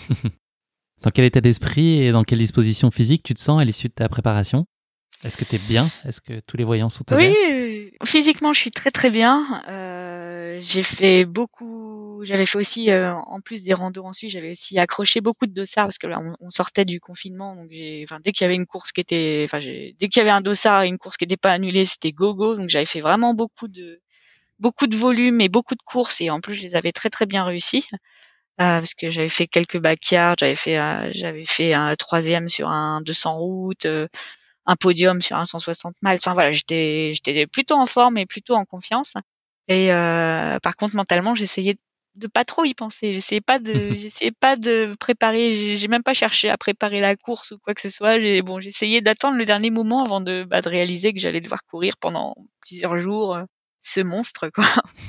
Dans quel état d'esprit et dans quelle disposition physique tu te sens à l'issue de ta préparation? Est-ce que tu es bien? Est-ce que tous les voyants sont au Oui, vert? euh, physiquement, je suis très très bien. Euh, j'ai fait beaucoup. J'avais fait aussi, euh, en plus des randos en Suisse, j'avais aussi accroché beaucoup de dossards parce que là, on, on sortait du confinement, donc j'ai, enfin, dès qu'il y avait une course qui était, enfin, j'ai, dès qu'il y avait un dossard et une course qui n'était pas annulée, c'était go go. Donc j'avais fait vraiment beaucoup de beaucoup de volume et beaucoup de courses et en plus, je les avais très très bien réussi. Euh, parce que j'avais fait quelques backyards, j'avais fait, euh, j'avais fait un troisième sur un deux cents routes. Euh, un podium sur un cent soixante miles. Enfin voilà, j'étais j'étais plutôt en forme et plutôt en confiance. Et euh, par contre mentalement, j'essayais de pas trop y penser. J'essayais pas de j'essayais pas de préparer. J'ai, j'ai même pas cherché à préparer la course ou quoi que ce soit. J'ai bon, j'essayais d'attendre le dernier moment avant de bah, de réaliser que j'allais devoir courir pendant plusieurs jours euh, ce monstre quoi.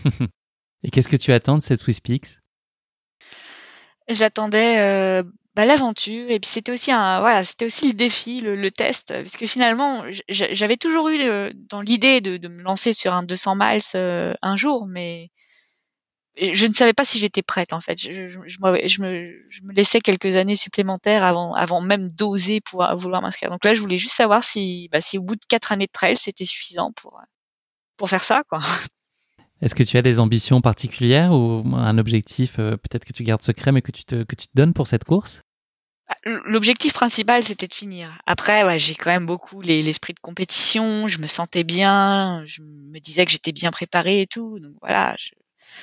Et qu'est-ce que tu attends de cette Swiss Peaks? J'attendais euh, bah, l'aventure et puis c'était aussi un voilà c'était aussi le défi le, le test parce que finalement j- j'avais toujours eu euh, dans l'idée de, de me lancer sur un deux cents miles euh, un jour mais je ne savais pas si j'étais prête en fait je, je, je, me, je, me, je me laissais quelques années supplémentaires avant avant même d'oser pouvoir vouloir m'inscrire donc là je voulais juste savoir si bah, si au bout de quatre années de trail c'était suffisant pour pour faire ça quoi. Est-ce que tu as des ambitions particulières ou un objectif euh, peut-être que tu gardes secret mais que tu te, que tu te donnes pour cette course? L'objectif principal, c'était de finir. Après, ouais, j'ai quand même beaucoup les- l'esprit de compétition. Je me sentais bien. Je me disais que j'étais bien préparée et tout. Donc voilà, je,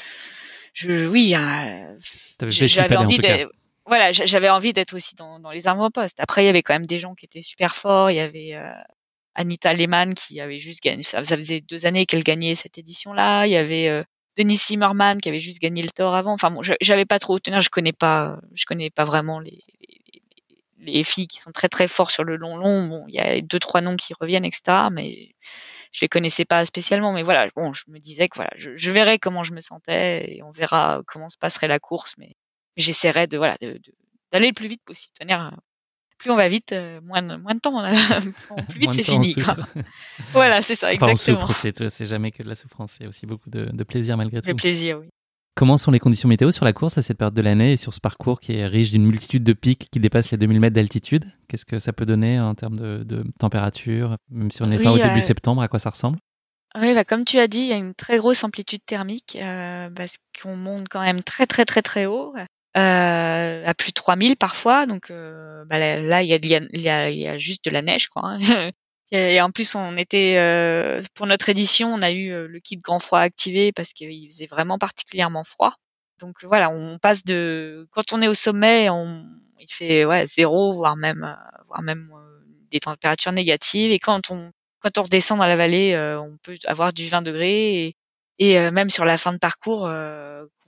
je oui, euh, Tu avais je- fait ce qu'il j'avais fallait en envie tout cas. d'être, voilà, j'a- j'avais envie d'être aussi dans, dans les avant-postes. Après, il y avait quand même des gens qui étaient super forts. Il y avait euh, Anita Lehmann qui avait juste gagné. Ça, ça faisait deux années qu'elle gagnait cette édition-là. Il y avait euh, Denis Zimmermann qui avait juste gagné le Tour avant. Enfin bon, je- j'avais pas trop tenir. Je connais pas, je connais pas vraiment les, les, les filles qui sont très très fortes sur le long long. Bon, il y a deux trois noms qui reviennent, et cetera. Mais je les connaissais pas spécialement. Mais voilà, bon, je me disais que voilà, je, je verrais comment je me sentais et on verra comment se passerait la course. Mais j'essaierai de voilà de, de- d'aller le plus vite possible. Tenir, plus on va vite, euh, moins de, moins de temps on a. Plus vite Moins de c'est temps on fini. Quoi. souffre. Voilà, c'est ça, Enfin, on exactement. souffre, c'est, c'est jamais que de la souffrance, c'est aussi beaucoup de, de plaisir malgré Le tout. plaisir, oui. Comment sont les conditions météo sur la course à cette période de l'année et sur ce parcours qui est riche d'une multitude de pics qui dépassent les deux mille mètres d'altitude? Qu'est-ce que ça peut donner en termes de, de température? Même si on est fin Oui, au début euh, septembre, à quoi ça ressemble? oui, bah, comme tu as dit, il y a une très grosse amplitude thermique euh, parce qu'on monte quand même très très très très haut, euh, à plus de trois mille parfois. Donc euh, bah, là, là, il y a, il y, a, il y, a, il y a juste de la neige, quoi. Hein. Et en plus, on était euh, pour notre édition, on a eu euh, le kit grand froid activé parce qu'il faisait vraiment particulièrement froid. Donc voilà, on passe de quand on est au sommet, on il fait ouais zéro, voire même euh, voire même euh, des températures négatives. Et quand on quand on redescend dans la vallée, euh, on peut avoir du vingt degrés et, et euh, même sur la fin de parcours, euh,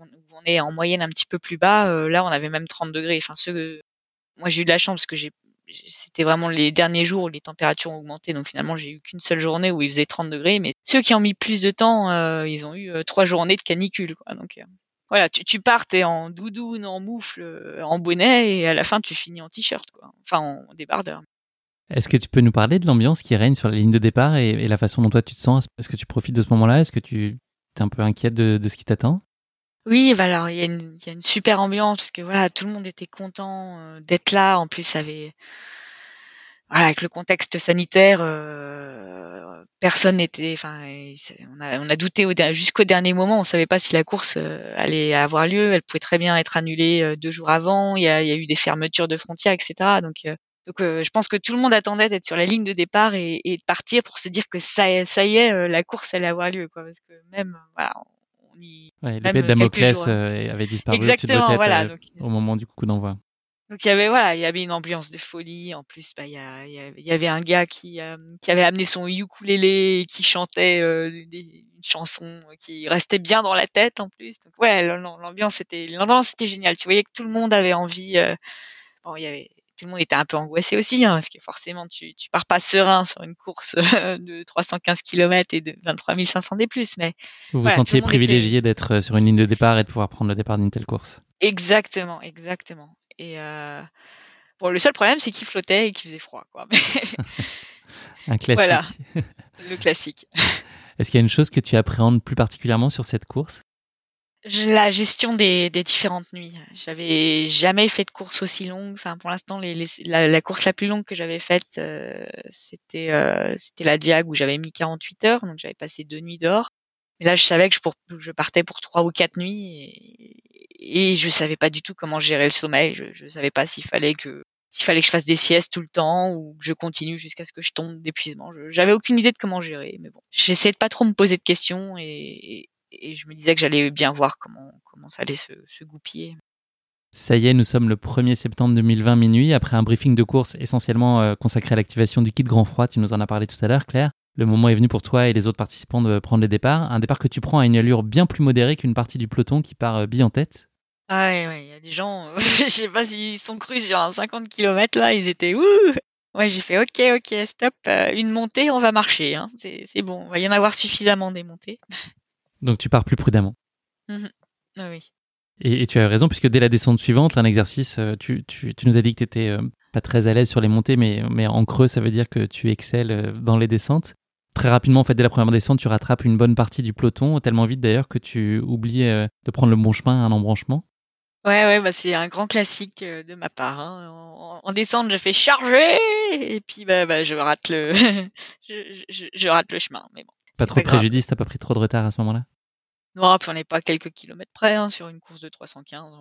qu'on, où on est en moyenne un petit peu plus bas, euh, là, on avait même trente degrés. Enfin, ceux, moi, j'ai eu de la chance parce que j'ai, c'était vraiment les derniers jours où les températures ont augmenté. Donc, finalement, j'ai eu qu'une seule journée où il faisait trente degrés. Mais ceux qui ont mis plus de temps, euh, ils ont eu euh, trois journées de canicule, quoi. Donc, euh, voilà, tu, tu pars, t'es en doudoune, en moufle, euh, en bonnet, et à la fin, tu finis en t-shirt, quoi. Enfin, en débardeur. Est-ce que tu peux nous parler de l'ambiance qui règne sur la ligne de départ et, et la façon dont toi tu te sens? Est-ce que tu profites de ce moment-là? Est-ce que tu es un peu inquiète de, de ce qui t'attend? Oui, bah alors il y a une, il y a une super ambiance parce que voilà, tout le monde était content euh, d'être là. En plus, ça avait, voilà, avec le contexte sanitaire, euh, personne n'était, enfin, on a, on a douté au, jusqu'au dernier moment. On savait pas si la course euh, allait avoir lieu. Elle pouvait très bien être annulée euh, deux jours avant. Il y a, il y a eu des fermetures de frontières, et cetera. Donc euh, Donc, euh, je pense que tout le monde attendait d'être sur la ligne de départ et, et de partir pour se dire que ça, ça y est, euh, la course allait avoir lieu, quoi. Parce que même, voilà, on y, Ouais, même l'épée de quelques Damoclès jours. euh, avait disparu au-dessus de Exactement, votre tête voilà. euh, Donc, au moment du coup d'envoi. donc il y avait, voilà, il y avait une ambiance de folie. En plus, bah, il y, a, il y, a, il y avait un gars qui, euh, qui avait amené son ukulélé et qui chantait euh, des, une chanson qui restait bien dans la tête en plus. Donc, ouais, l'ambiance était, l'ambiance était géniale. Tu voyais que tout le monde avait envie. Euh, bon, il y avait tout le monde était un peu angoissé aussi, hein, parce que forcément, tu, tu pars pas serein sur une course de trois cent quinze kilomètres et de vingt-trois mille cinq cents D plus, mais Vous vous voilà, sentiez était... privilégié d'être sur une ligne de départ et de pouvoir prendre le départ d'une telle course. Exactement, exactement. Et euh... bon, le seul problème, c'est qu'il flottait et qu'il faisait froid, quoi. Mais... Un classique. Voilà, le classique. Est-ce qu'il y a une chose que tu appréhendes plus particulièrement sur cette course? La gestion des, des différentes nuits. J'avais jamais fait de course aussi longue. Enfin, pour l'instant, les, les, la, la course la plus longue que j'avais faite, euh, c'était euh, c'était la Diag où j'avais mis quarante-huit heures, donc j'avais passé deux nuits dehors. Mais là, je savais que je, pour, je partais pour trois ou quatre nuits et, et je savais pas du tout comment gérer le sommeil. Je, je savais pas s'il fallait que s'il fallait que je fasse des siestes tout le temps ou que je continue jusqu'à ce que je tombe d'épuisement. Je, j'avais aucune idée de comment gérer. Mais bon, j'essayais de pas trop me poser de questions et, et Et je me disais que j'allais bien voir comment, comment ça allait se, se goupiller. Ça y est, nous sommes le premier septembre deux mille vingt minuit. Après un briefing de course essentiellement euh, consacré à l'activation du kit grand froid, tu nous en as parlé tout à l'heure, Claire. Le moment est venu pour toi et les autres participants de prendre le départ. Un départ que tu prends à une allure bien plus modérée qu'une partie du peloton qui part euh, bille en tête. Ah ouais, ouais, il y a des gens, euh, je sais pas s'ils sont crus sur un cinquante kilomètres là, ils étaient ouh. Ouais, j'ai fait ok, ok, stop, euh, une montée, on va marcher. Hein. C'est, c'est bon, il va y en avoir suffisamment des montées. Donc tu pars plus prudemment. Mmh. Ah oui. Et, et tu as raison, puisque dès la descente suivante, un exercice, tu, tu, tu nous as dit que tu n'étais euh, pas très à l'aise sur les montées, mais, mais en creux, ça veut dire que tu excelles dans les descentes. Très rapidement, en fait, dès la première descente, tu rattrapes une bonne partie du peloton, tellement vite d'ailleurs que tu oublies euh, de prendre le bon chemin à un embranchement. Ouais, ouais, bah c'est un grand classique euh, de ma part. Hein. En, en descente, je fais charger et puis bah, bah je rate le, je, je, je rate le chemin. Mais bon. Pas trop de préjudice, t'as pas pris trop de retard à ce moment-là? Non, puis on n'est pas à quelques kilomètres près hein, sur une course de trois cent quinze.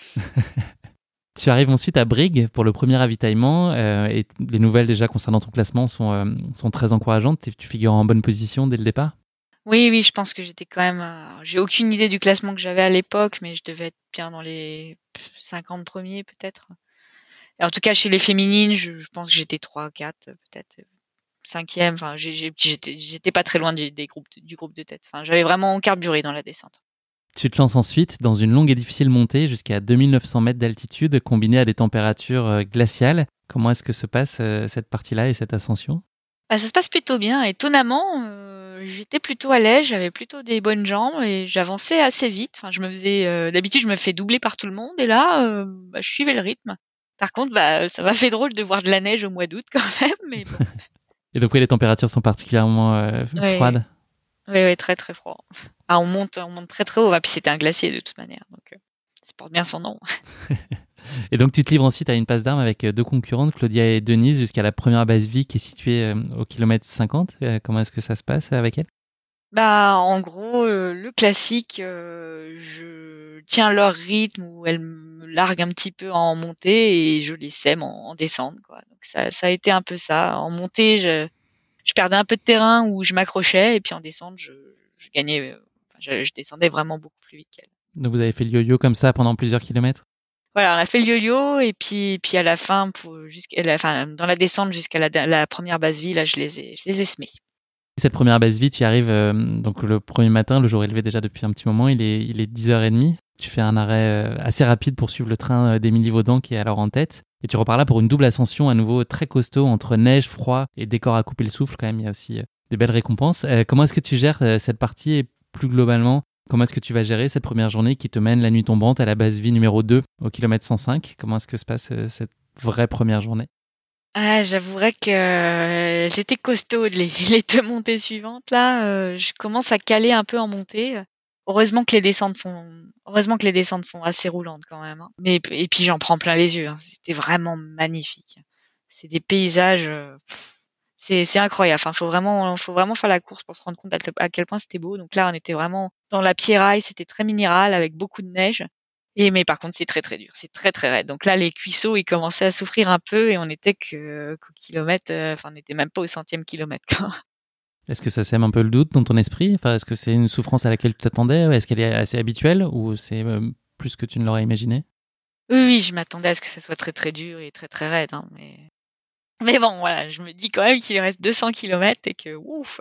Tu arrives ensuite à Brigue pour le premier ravitaillement euh, et les nouvelles déjà concernant ton classement sont, euh, sont très encourageantes. Tu figures en bonne position dès le départ? Oui, oui, je pense que j'étais quand même... Euh, j'ai aucune idée du classement que j'avais à l'époque, mais je devais être bien dans les cinquante premiers peut-être. Et en tout cas, chez les féminines, je, je pense que j'étais trois, quatre, peut-être cinquième. Enfin, j'ai, j'ai, j'étais, j'étais pas très loin du, des groupes, du groupe de tête. Enfin, j'avais vraiment carburé dans la descente. Tu te lances ensuite dans une longue et difficile montée jusqu'à deux mille neuf cents mètres d'altitude combinée à des températures glaciales. Comment est-ce que se passe euh, cette partie-là et cette ascension? Bah, ça se passe plutôt bien. Étonnamment, euh, j'étais plutôt à l'aise, j'avais plutôt des bonnes jambes et j'avançais assez vite. Enfin, je me faisais, euh, d'habitude, je me fais doubler par tout le monde et là, euh, bah, je suivais le rythme. Par contre, bah, ça m'a fait drôle de voir de la neige au mois d'août quand même, mais bon. Et donc oui, les températures sont particulièrement euh, ouais. froides. Oui, ouais, très très froid. Ah, on monte, on monte très très haut. Ah, puis c'était un glacier de toute manière, donc euh, ça porte bien son nom. Et donc tu te livres ensuite à une passe d'armes avec deux concurrentes, Claudia et Denise, jusqu'à la première base vie qui est située euh, au kilomètre cinquante. Euh, comment est-ce que ça se passe avec elle? Bah, en gros, euh, le classique, euh, je tiens leur rythme où elles me larguent un petit peu en montée et je les sème en, en descente, quoi. Donc ça, ça a été un peu ça. En montée, je, je perdais un peu de terrain où je m'accrochais et puis en descente, je, je gagnais, euh, je, je descendais vraiment beaucoup plus vite qu'elles. Donc vous avez fait le yo-yo comme ça pendant plusieurs kilomètres? Voilà, on a fait le yo-yo et puis puis à la fin, pour jusqu'à la, enfin dans la descente jusqu'à la, la première base vie, là je les ai je les ai semés. Cette première base vie, tu y arrives euh, donc le premier matin, le jour est levé déjà depuis un petit moment, il est il est dix heures trente. Tu fais un arrêt euh, assez rapide pour suivre le train euh, d'Émilie Vaudan qui est alors en tête. Et tu repars là pour une double ascension à nouveau très costaud entre neige, froid et décor à couper le souffle. Quand même, il y a aussi euh, des belles récompenses. Euh, comment est-ce que tu gères euh, cette partie et plus globalement, comment est-ce que tu vas gérer cette première journée qui te mène la nuit tombante à la base vie numéro deux au kilomètre cent cinq? Comment est-ce que se passe euh, cette vraie première journée? Ah, j'avouerais que euh, j'étais costaud les, les deux montées suivantes. Là, euh, je commence à caler un peu en montée. Heureusement que les descentes sont, heureusement que les descentes sont assez roulantes quand même. Hein. Mais et puis j'en prends plein les yeux. Hein. C'était vraiment magnifique. C'est des paysages, euh, c'est c'est incroyable. Enfin, faut vraiment, faut vraiment faire la course pour se rendre compte à, à quel point c'était beau. Donc là, on était vraiment dans la pierraille. C'était très minéral avec beaucoup de neige. Et mais par contre, c'est très très dur, c'est très très raide. Donc là, les cuisseaux, ils commençaient à souffrir un peu et on était que qu'au kilomètre, euh, enfin, on n'était même pas au centième kilomètre. Quoi. Est-ce que ça sème un peu le doute dans ton esprit? Enfin, est-ce que c'est une souffrance à laquelle tu t'attendais? Est-ce qu'elle est assez habituelle ou c'est euh, plus que tu ne l'aurais imaginé? Oui, oui, je m'attendais à ce que ça soit très très dur et très très raide. Hein, mais mais bon, voilà, je me dis quand même qu'il reste deux cents kilomètres et que ouf,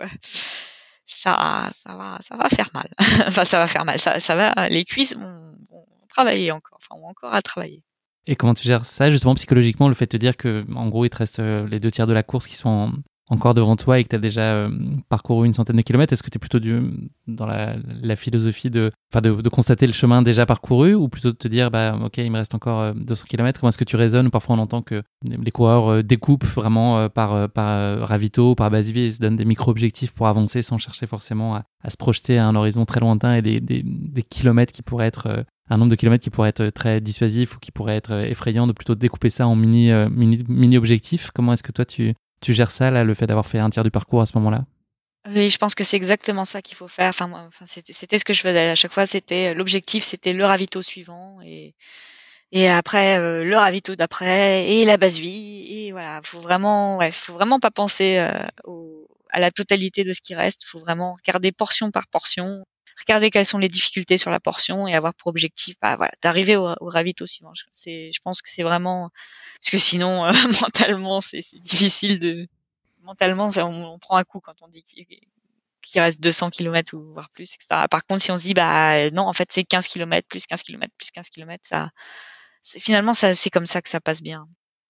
ça ça va ça va faire mal. Enfin, ça va faire mal. Ça ça va. Les cuisses vont, vont travailler encore. Enfin, ont encore à travailler. Et comment tu gères ça, justement, psychologiquement, le fait de te dire que, en gros, il te reste euh, les deux tiers de la course qui sont en- encore devant toi et que tu as déjà euh, parcouru une centaine de kilomètres? Est-ce que tu es plutôt du, dans la, la philosophie de, enfin de, de constater le chemin déjà parcouru ou plutôt de te dire, bah, ok, il me reste encore euh, deux cents kilomètres? Comment est-ce que tu raisonnes? Parfois, on entend que les coureurs euh, découpent vraiment euh, par, euh, par euh, ravito, par base vie, et se donnent des micro-objectifs pour avancer sans chercher forcément à, à se projeter à un horizon très lointain et des, des, des kilomètres qui pourraient être... Euh, un nombre de kilomètres qui pourrait être très dissuasif ou qui pourrait être effrayant, de plutôt découper ça en mini, euh, mini, mini objectifs. Comment est-ce que toi tu, tu gères ça, là, le fait d'avoir fait un tiers du parcours à ce moment-là? Oui, je pense que c'est exactement ça qu'il faut faire. Enfin, moi, enfin, c'était, c'était ce que je faisais à chaque fois. C'était l'objectif, c'était le ravito suivant et et après euh, le ravito d'après et la base vie. Et voilà, faut vraiment, ouais, faut vraiment pas penser euh, au, à la totalité de ce qui reste. Faut vraiment regarder portion par portion, regarder quelles sont les difficultés sur la portion et avoir pour objectif, bah voilà, d'arriver au, au ravito suivant. Je- C'est, je pense que c'est vraiment parce que sinon euh, mentalement c'est, c'est difficile de mentalement, ça, on, on prend un coup quand on dit qu'il, qu'il reste deux cents kilomètres ou voire plus, et cetera. Par contre, si on se dit, bah non, en fait, c'est quinze kilomètres, plus quinze kilomètres, plus quinze kilomètres, ça, c'est, finalement, ça, c'est comme ça que ça passe bien.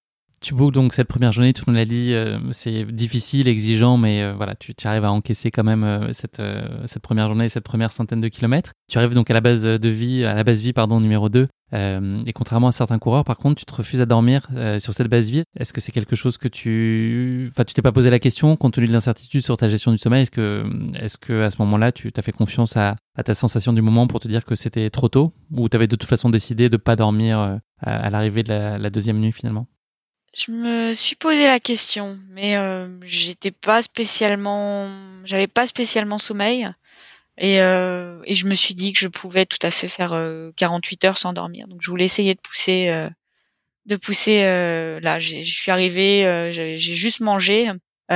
Tu boucles donc cette première journée, tout le monde l'a dit, euh, c'est difficile, exigeant, mais euh, voilà, tu, tu arrives à encaisser quand même euh, cette, euh, cette première journée, cette première centaine de kilomètres. Tu arrives donc à la base de vie, à la base vie pardon, numéro deux. Euh, et contrairement à certains coureurs, par contre, tu te refuses à dormir euh, sur cette base vie. Est-ce que c'est quelque chose que tu... Enfin, tu t'es pas posé la question compte tenu de l'incertitude sur ta gestion du sommeil? Est-ce que, est-ce que à ce moment-là, tu t'as fait confiance à, à ta sensation du moment pour te dire que c'était trop tôt? Ou tu avais de toute façon décidé de pas dormir euh, à, à l'arrivée de la, la deuxième nuit finalement? Je me suis posé la question, mais euh, j'étais pas spécialement, j'avais pas spécialement sommeil, et euh, et je me suis dit que je pouvais tout à fait faire euh, quarante-huit heures sans dormir. Donc je voulais essayer de pousser, euh, de pousser. Euh, là, j'ai- je suis arrivée, euh, j'ai j'ai juste mangé,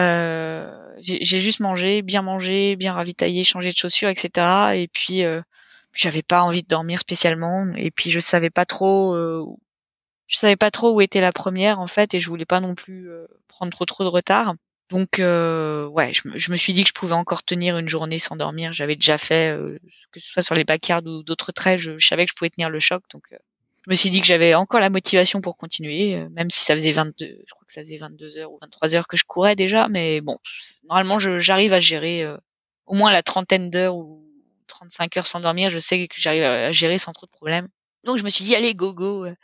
euh, j'ai j'ai juste mangé, bien mangé, bien ravitaillé, changé de chaussures, et cetera. Et puis euh, j'avais pas envie de dormir spécialement, et puis je savais pas trop. Euh, je savais pas trop où était la première en fait et je voulais pas non plus euh, prendre trop trop de retard. Donc euh, ouais, je me, je me suis dit que je pouvais encore tenir une journée sans dormir. J'avais déjà fait euh, que ce soit sur les backyards ou d'autres trails, je, je savais que je pouvais tenir le choc. Donc euh, je me suis dit que j'avais encore la motivation pour continuer, euh, même si ça faisait vingt-deux, je crois que ça faisait vingt-deux heures ou vingt-trois heures que je courais déjà. Mais bon, normalement je, j'arrive à gérer euh, au moins la trentaine d'heures ou trente-cinq heures sans dormir. Je sais que j'arrive à gérer sans trop de problèmes. Donc je me suis dit allez go go. Euh,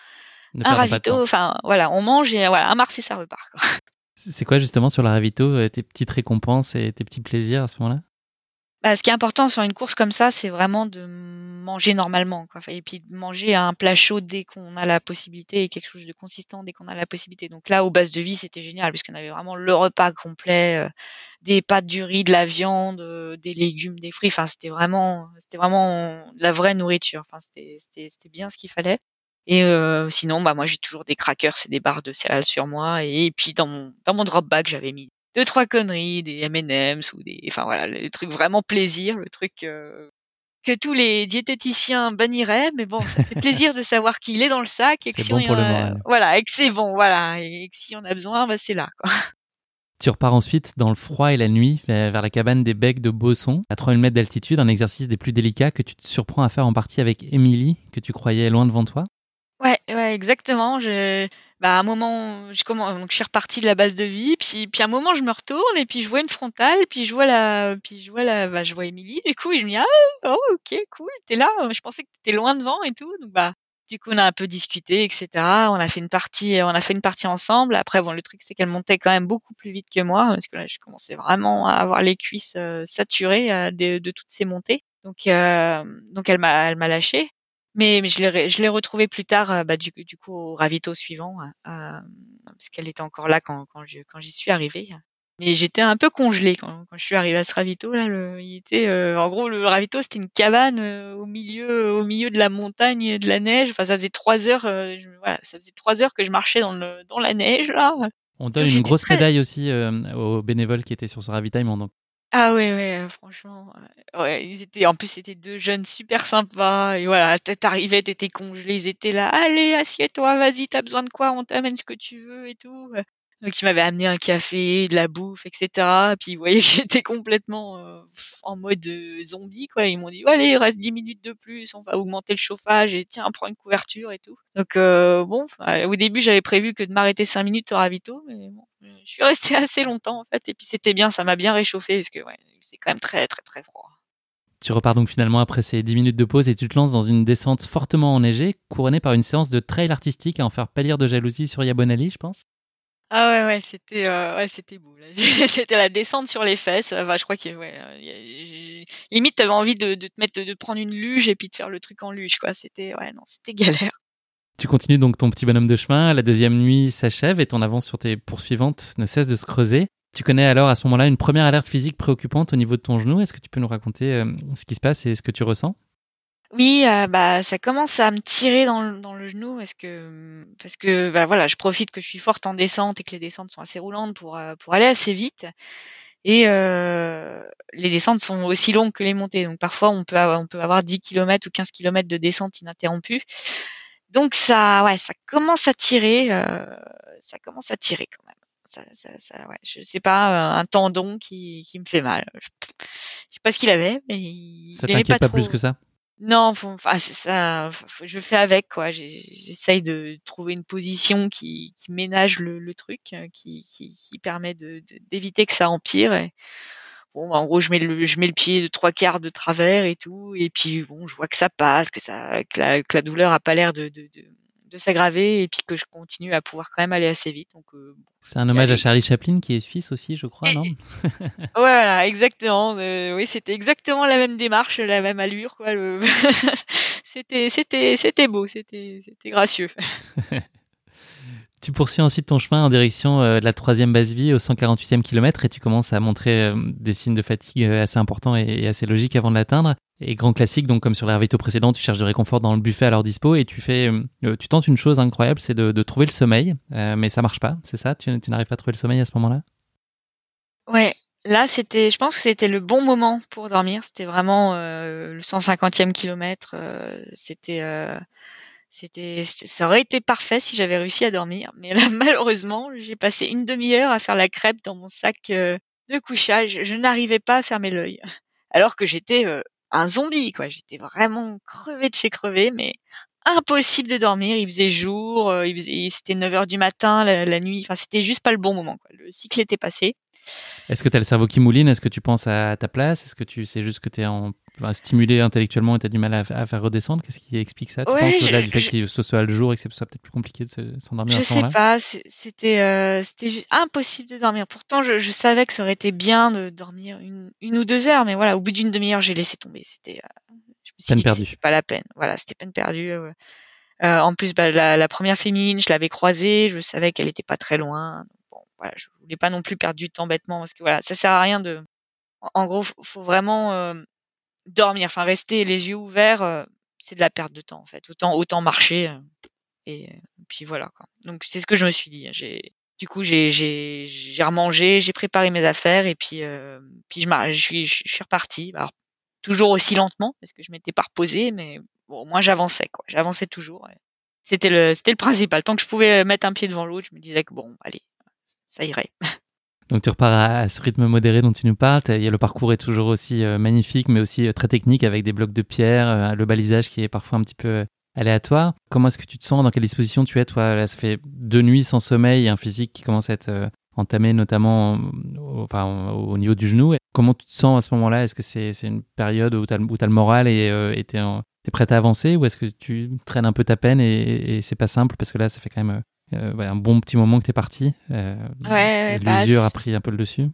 Ne un perdons pas de temps. ravito, enfin voilà, on mange et voilà, un Mars et ça repart. Quoi. C'est quoi justement sur la ravito, euh, tes petites récompenses et tes petits plaisirs à ce moment-là? Bah, ce qui est important sur une course comme ça, c'est vraiment de manger normalement, quoi. Et puis de manger un plat chaud dès qu'on a la possibilité et quelque chose de consistant dès qu'on a la possibilité. Donc là, aux bases de vie, c'était génial puisqu'on avait vraiment le repas complet, euh, des pâtes, du riz, de la viande, euh, des légumes, des fruits. Enfin, c'était vraiment, c'était vraiment de la vraie nourriture. Enfin, c'était, c'était, c'était bien ce qu'il fallait. Et euh, sinon, bah moi j'ai toujours des crackers et des barres de céréales sur moi. Et, puis dans mon dans mon drop bag, j'avais mis deux trois conneries, des M and M's ou des, enfin voilà, le truc vraiment plaisir, le truc euh, que tous les diététiciens banniraient. Mais bon, ça fait plaisir de savoir qu'il est dans le sac et que C'est si on bon y pour le a, moral. voilà, et que c'est bon, voilà, et que si on a besoin, bah c'est là, quoi. Tu repars ensuite dans le froid et la nuit vers la cabane des Becs de Bosson, à trois mille mètres d'altitude, un exercice des plus délicats que tu te surprends à faire en partie avec Émilie, que tu croyais loin devant toi. Ouais, ouais, exactement. Je, bah, à un moment, je commence, donc je suis repartie de la base de vie, puis, puis à un moment, je me retourne et puis je vois une frontale, puis je vois la, puis je vois la, bah, je vois Émilie, du coup, et je me dis, ah, oh, ok, cool, t'es là. Je pensais que t'étais loin devant et tout, donc bah, du coup, on a un peu discuté, et cetera. On a fait une partie, on a fait une partie ensemble. Après, bon, le truc, c'est qu'elle montait quand même beaucoup plus vite que moi, parce que là, je commençais vraiment à avoir les cuisses euh, saturées euh, de, de toutes ces montées. Donc, euh, donc elle m'a, elle m'a lâché. Mais, mais je l'ai, je l'ai retrouvée plus tard, euh, bah, du, du coup, au ravito suivant, euh, parce qu'elle était encore là quand, quand, je, quand j'y suis arrivée. Mais j'étais un peu congelée quand, quand je suis arrivée à ce ravito. Là, le, il était, euh, en gros, le ravito, c'était une cabane euh, au milieu, au milieu de la montagne et de la neige. Enfin, ça faisait trois heures, euh, je, voilà, ça faisait trois heures que je marchais dans le, dans la neige là. On donne Donc, une grosse très... médaille aussi euh, aux bénévoles qui étaient sur ce ravitaillement. Donc. Ah ouais, ouais, euh, franchement, euh, ouais, ils étaient, en plus, c'était deux jeunes super sympas, et voilà, t'arrivais, t'étais congelé, ils étaient là, allez, assieds-toi, vas-y, t'as besoin de quoi, on t'amène ce que tu veux et tout. Donc, ils m'avaient amené un café, de la bouffe, et cetera. Puis, ils voyaient que j'étais complètement euh, en mode euh, zombie, quoi. Ils m'ont dit, ouais, allez, il reste dix minutes de plus, on va augmenter le chauffage, et tiens, prends une couverture et tout. Donc, euh, bon, au début, j'avais prévu que de m'arrêter cinq minutes au ravito, mais bon, je suis restée assez longtemps, en fait. Et puis, c'était bien, ça m'a bien réchauffé, parce que, ouais, c'est quand même très, très, très froid. Tu repars donc finalement après ces dix minutes de pause et tu te lances dans une descente fortement enneigée, couronnée par une séance de trail artistique à en faire pâlir de jalousie sur Yabonali, je pense. Ah ouais, ouais, c'était, euh, ouais, c'était beau. Là. C'était la descente sur les fesses. Enfin, je crois que, ouais, j'ai... limite, t'avais envie de, de te mettre, de prendre une luge et puis de faire le truc en luge, quoi. C'était, ouais, non, c'était galère. Tu continues donc ton petit bonhomme de chemin. La deuxième nuit s'achève et ton avance sur tes poursuivantes ne cesse de se creuser. Tu connais alors à ce moment-là une première alerte physique préoccupante au niveau de ton genou. Est-ce que tu peux nous raconter euh, ce qui se passe et ce que tu ressens ? Oui, euh, bah ça commence à me tirer dans le, dans le genou parce que parce que bah voilà, je profite que je suis forte en descente et que les descentes sont assez roulantes pour euh, pour aller assez vite et euh, les descentes sont aussi longues que les montées. Donc parfois on peut avoir, on peut avoir dix kilomètres ou quinze kilomètres de descente ininterrompue. Donc ça ouais, ça commence à tirer euh, ça commence à tirer quand même. Ça, ça, ça, ouais, je sais pas, un tendon qui qui me fait mal. Je, je sais pas ce qu'il avait, mais il, Ça il aimait t'inquiète pas pas trop. plus que ça ? Non, faut, enfin, c'est ça, faut- je fais avec, quoi. J'ai- J'essaye de trouver une position qui, qui ménage le, le truc, euh, qui, qui, qui permet de, de- d'éviter que ça empire. Et, bon, en gros, je mets le, je mets le pied de trois quarts de travers et tout, et puis bon, je vois que ça passe, que ça, que la, que la douleur a pas l'air de, de, de, de s'aggraver, et puis que je continue à pouvoir quand même aller assez vite. Donc, euh, bon, C'est un y hommage à aller. Charlie Chaplin qui est suisse aussi, je crois, non ? Voilà, exactement. Euh, oui, c'était exactement la même démarche, la même allure, quoi. Le... c'était, c'était, c'était beau, c'était, c'était gracieux. Tu poursuis ensuite ton chemin en direction euh, de la troisième base vie au cent quarante-huitième kilomètre et tu commences à montrer euh, des signes de fatigue euh, assez importants et, et assez logiques avant de l'atteindre. Et grand classique, donc comme sur les ravitaux précédents, tu cherches du réconfort dans le buffet à leur dispo et tu fais, euh, tu tentes une chose incroyable, c'est de, de trouver le sommeil, euh, mais ça marche pas, c'est ça ? Tu, tu n'arrives pas à trouver le sommeil à ce moment-là ? Ouais, là, c'était, je pense que c'était le bon moment pour dormir. C'était vraiment euh, le cent cinquantième kilomètre. Euh, c'était, euh, c'était, ça aurait été parfait si j'avais réussi à dormir. Mais là, malheureusement, j'ai passé une demi-heure à faire la crêpe dans mon sac euh, de couchage. Je n'arrivais pas à fermer l'œil, alors que j'étais euh, un zombie, quoi. J'étais vraiment crevée de chez crevée, mais impossible de dormir. Il faisait jour, euh, il faisait, c'était neuf heures du matin, la, la nuit. Enfin, c'était juste pas le bon moment, quoi. Le cycle était passé. Est-ce que tu as le cerveau qui mouline ? Est-ce que tu penses à ta place ? Est-ce que tu sais juste que tu es en... enfin, stimulé intellectuellement et tu as du mal à, à faire redescendre ? Qu'est-ce qui explique ça ? Tu Ouais, penses je, au-delà du fait je, que ce soit le jour et que ce soit peut-être plus compliqué de se- s'endormir je à ce sais moment-là ? pas, c'est- c'était euh, c'était juste impossible de dormir. Pourtant, je, je savais que ça aurait été bien de dormir une, une ou deux heures, mais voilà, au bout d'une demi-heure, j'ai laissé tomber. C'était, euh, je me suis Peine dit que perdue. c'était pas la peine. Voilà, c'était peine perdue. euh. Euh, en plus, bah, la, la première féminine, je l'avais croisée, je savais qu'elle était pas très loin. Bon, voilà, je voulais pas non plus perdre du temps bêtement parce que voilà, ça sert à rien de. En, en gros, faut, faut vraiment euh, dormir, enfin rester les yeux ouverts, euh, c'est de la perte de temps en fait. Autant autant marcher. euh. Et euh, puis voilà, quoi. Donc c'est ce que je me suis dit. J'ai, du coup, j'ai, j'ai, j'ai remangé, j'ai préparé mes affaires et puis, euh, puis je, m'ar- je suis, je suis repartie. Alors toujours aussi lentement parce que je m'étais pas reposée, mais bon, moi j'avançais, quoi. J'avançais toujours. et C'était le, c'était le principal. Tant que je pouvais mettre un pied devant l'autre, je me disais que bon, allez, ça irait. Donc tu repars à, à ce rythme modéré dont tu nous parles. Il y a, le parcours est toujours aussi euh, magnifique, mais aussi euh, très technique avec des blocs de pierre, euh, le balisage qui est parfois un petit peu euh, aléatoire. Comment est-ce que tu te sens? Dans quelle disposition tu es, toi? Là, ça fait deux nuits sans sommeil et un physique qui commence à être euh, entamé, notamment au, enfin, au niveau du genou. Comment tu te sens à ce moment-là? Est-ce que c'est, c'est une période où tu as le moral et euh, tu es prête à avancer, ou est-ce que tu traînes un peu ta peine et, et, et c'est pas simple parce que là, ça fait quand même... Euh, Euh, ouais, un bon petit moment que t'es parti. Euh, ouais, l'usure bah, a pris un peu le dessus.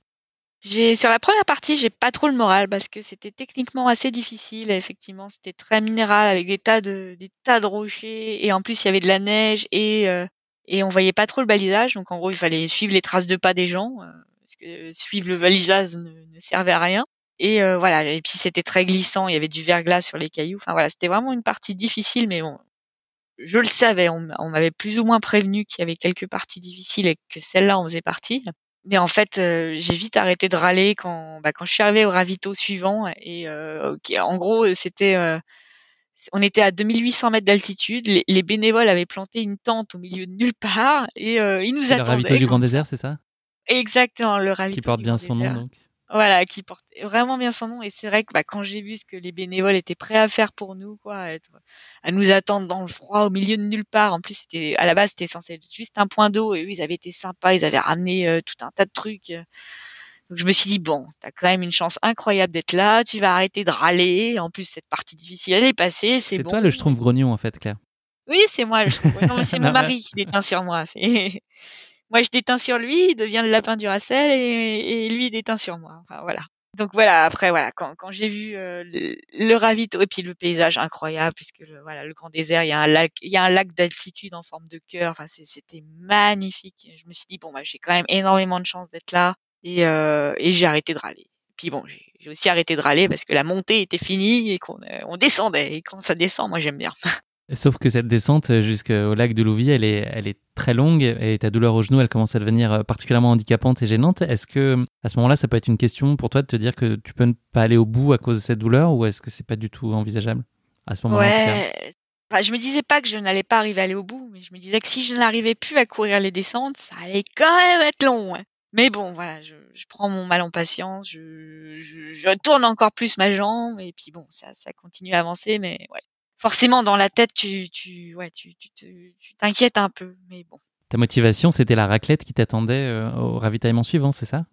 J'ai sur la première partie, j'ai pas trop le moral parce que c'était techniquement assez difficile. Effectivement, c'était très minéral avec des tas de des tas de rochers et en plus il y avait de la neige et euh, et on voyait pas trop le balisage. Donc en gros, il fallait suivre les traces de pas des gens euh, parce que suivre le balisage ne, ne servait à rien. Et euh, voilà. Et puis c'était très glissant. Il y avait du verglas sur les cailloux. Enfin voilà, c'était vraiment une partie difficile, mais bon. Je le savais, on, on m'avait plus ou moins prévenu qu'il y avait quelques parties difficiles et que celle-là en faisait partie. Mais en fait, euh, j'ai vite arrêté de râler quand, bah, quand je suis arrivée au ravito suivant. Et euh, okay, en gros, c'était, euh, on était à deux mille huit cents mètres d'altitude. Les, les bénévoles avaient planté une tente au milieu de nulle part et euh, ils nous c'est attendaient. Le ravito du Grand ça. Désert, c'est ça? Exactement, le ravito qui porte du bien Grand son Désert. nom, donc. Voilà, qui porte vraiment bien son nom. Et c'est vrai que bah, quand j'ai vu ce que les bénévoles étaient prêts à faire pour nous, quoi, à, être, à nous attendre dans le froid au milieu de nulle part. En plus, c'était à la base, c'était censé être juste un point d'eau. Et eux, ils avaient été sympas, ils avaient ramené euh, tout un tas de trucs. Donc je me suis dit, bon, t'as quand même une chance incroyable d'être là, tu vas arrêter de râler. En plus, cette partie difficile, elle est passée, c'est, c'est bon. C'est toi le schtroumpf-grognon, en fait, Claire. Oui, c'est moi le schtroumpf-grognon. Non, c'est mon mari qui déteint sur moi. C'est... Moi, je déteins sur lui, il devient le lapin Duracell et, et lui, il déteint sur moi. Enfin, voilà. Donc voilà, après voilà, quand, quand j'ai vu euh, le, le ravito et puis le paysage incroyable, puisque le, voilà, le grand désert, il y a un lac, il y a un lac d'altitude en forme de cœur. Enfin, c'est, c'était magnifique. Je me suis dit bon bah j'ai quand même énormément de chance d'être là et, euh, et j'ai arrêté de râler. Puis bon, j'ai, j'ai aussi arrêté de râler parce que la montée était finie et qu'on on descendait. Et quand ça descend, moi j'aime bien. Sauf que cette descente jusqu'au lac de Louviers, elle est, elle est très longue et ta douleur au genou, elle commence à devenir particulièrement handicapante et gênante. Est-ce que, à ce moment-là, ça peut être une question pour toi de te dire que tu peux ne pas aller au bout à cause de cette douleur, ou est-ce que c'est pas du tout envisageable à ce moment-là, ouais. en tout cas? Enfin, je me disais pas que je n'allais pas arriver à aller au bout, mais je me disais que si je n'arrivais plus à courir les descentes, ça allait quand même être long. Hein. Mais bon, voilà, je, je prends mon mal en patience, je, je, je tourne encore plus ma jambe et puis bon, ça, ça continue à avancer, mais ouais. Forcément, dans la tête, tu, tu, ouais, tu, tu, tu, tu t'inquiètes un peu, mais bon. Ta motivation, c'était la raclette qui t'attendait euh, au ravitaillement suivant, c'est ça?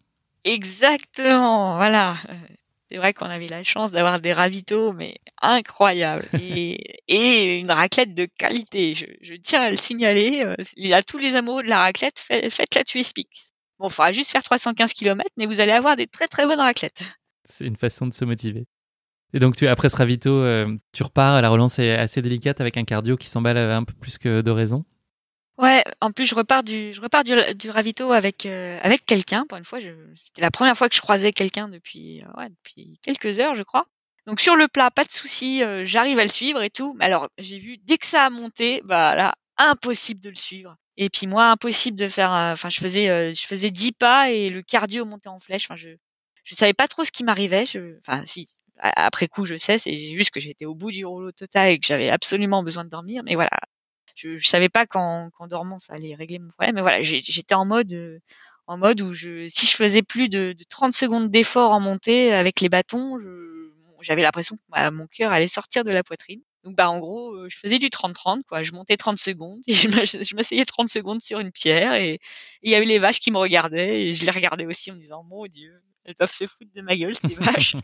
Exactement, voilà. C'est vrai qu'on avait la chance d'avoir des ravitaux, mais incroyables. Et, et une raclette de qualité. Je, je tiens à le signaler. À tous les amoureux de la raclette, fait, faites-la tuer Spic. Bon, il faudra juste faire trois cent quinze kilomètres, mais vous allez avoir des très très bonnes raclettes. C'est une façon de se motiver. Et donc, tu, après ce ravito, euh, tu repars. La relance est assez délicate avec un cardio qui s'emballe un peu plus que de raison. Ouais, en plus je repars du je repars du, du ravito avec euh, avec quelqu'un. Pour une fois, je, c'était la première fois que je croisais quelqu'un depuis euh, ouais, depuis quelques heures, je crois. Donc sur le plat, pas de souci, euh, j'arrive à le suivre et tout. Mais alors, j'ai vu dès que ça a monté, bah là, impossible de le suivre. Et puis moi, impossible de faire. Enfin, euh, je faisais euh, je faisais dix pas et le cardio montait en flèche. Enfin, je je savais pas trop ce qui m'arrivait. Enfin, si. Après coup, je sais, c'est juste que j'étais au bout du rouleau total et que j'avais absolument besoin de dormir. Mais voilà. Je, je savais pas qu'en, qu'en dormant ça allait régler mon problème, mais voilà, j'ai, j'étais en mode, euh, en mode où je, si je faisais plus de, de trente secondes d'effort en montée avec les bâtons, je, j'avais l'impression que bah, mon cœur allait sortir de la poitrine. Donc bah en gros, je faisais du trente trente quoi. Je montais trente secondes et je, je m'asseyais trente secondes sur une pierre et il y avait les vaches qui me regardaient et je les regardais aussi en me disant mon Dieu, elles doivent se foutre de ma gueule ces vaches.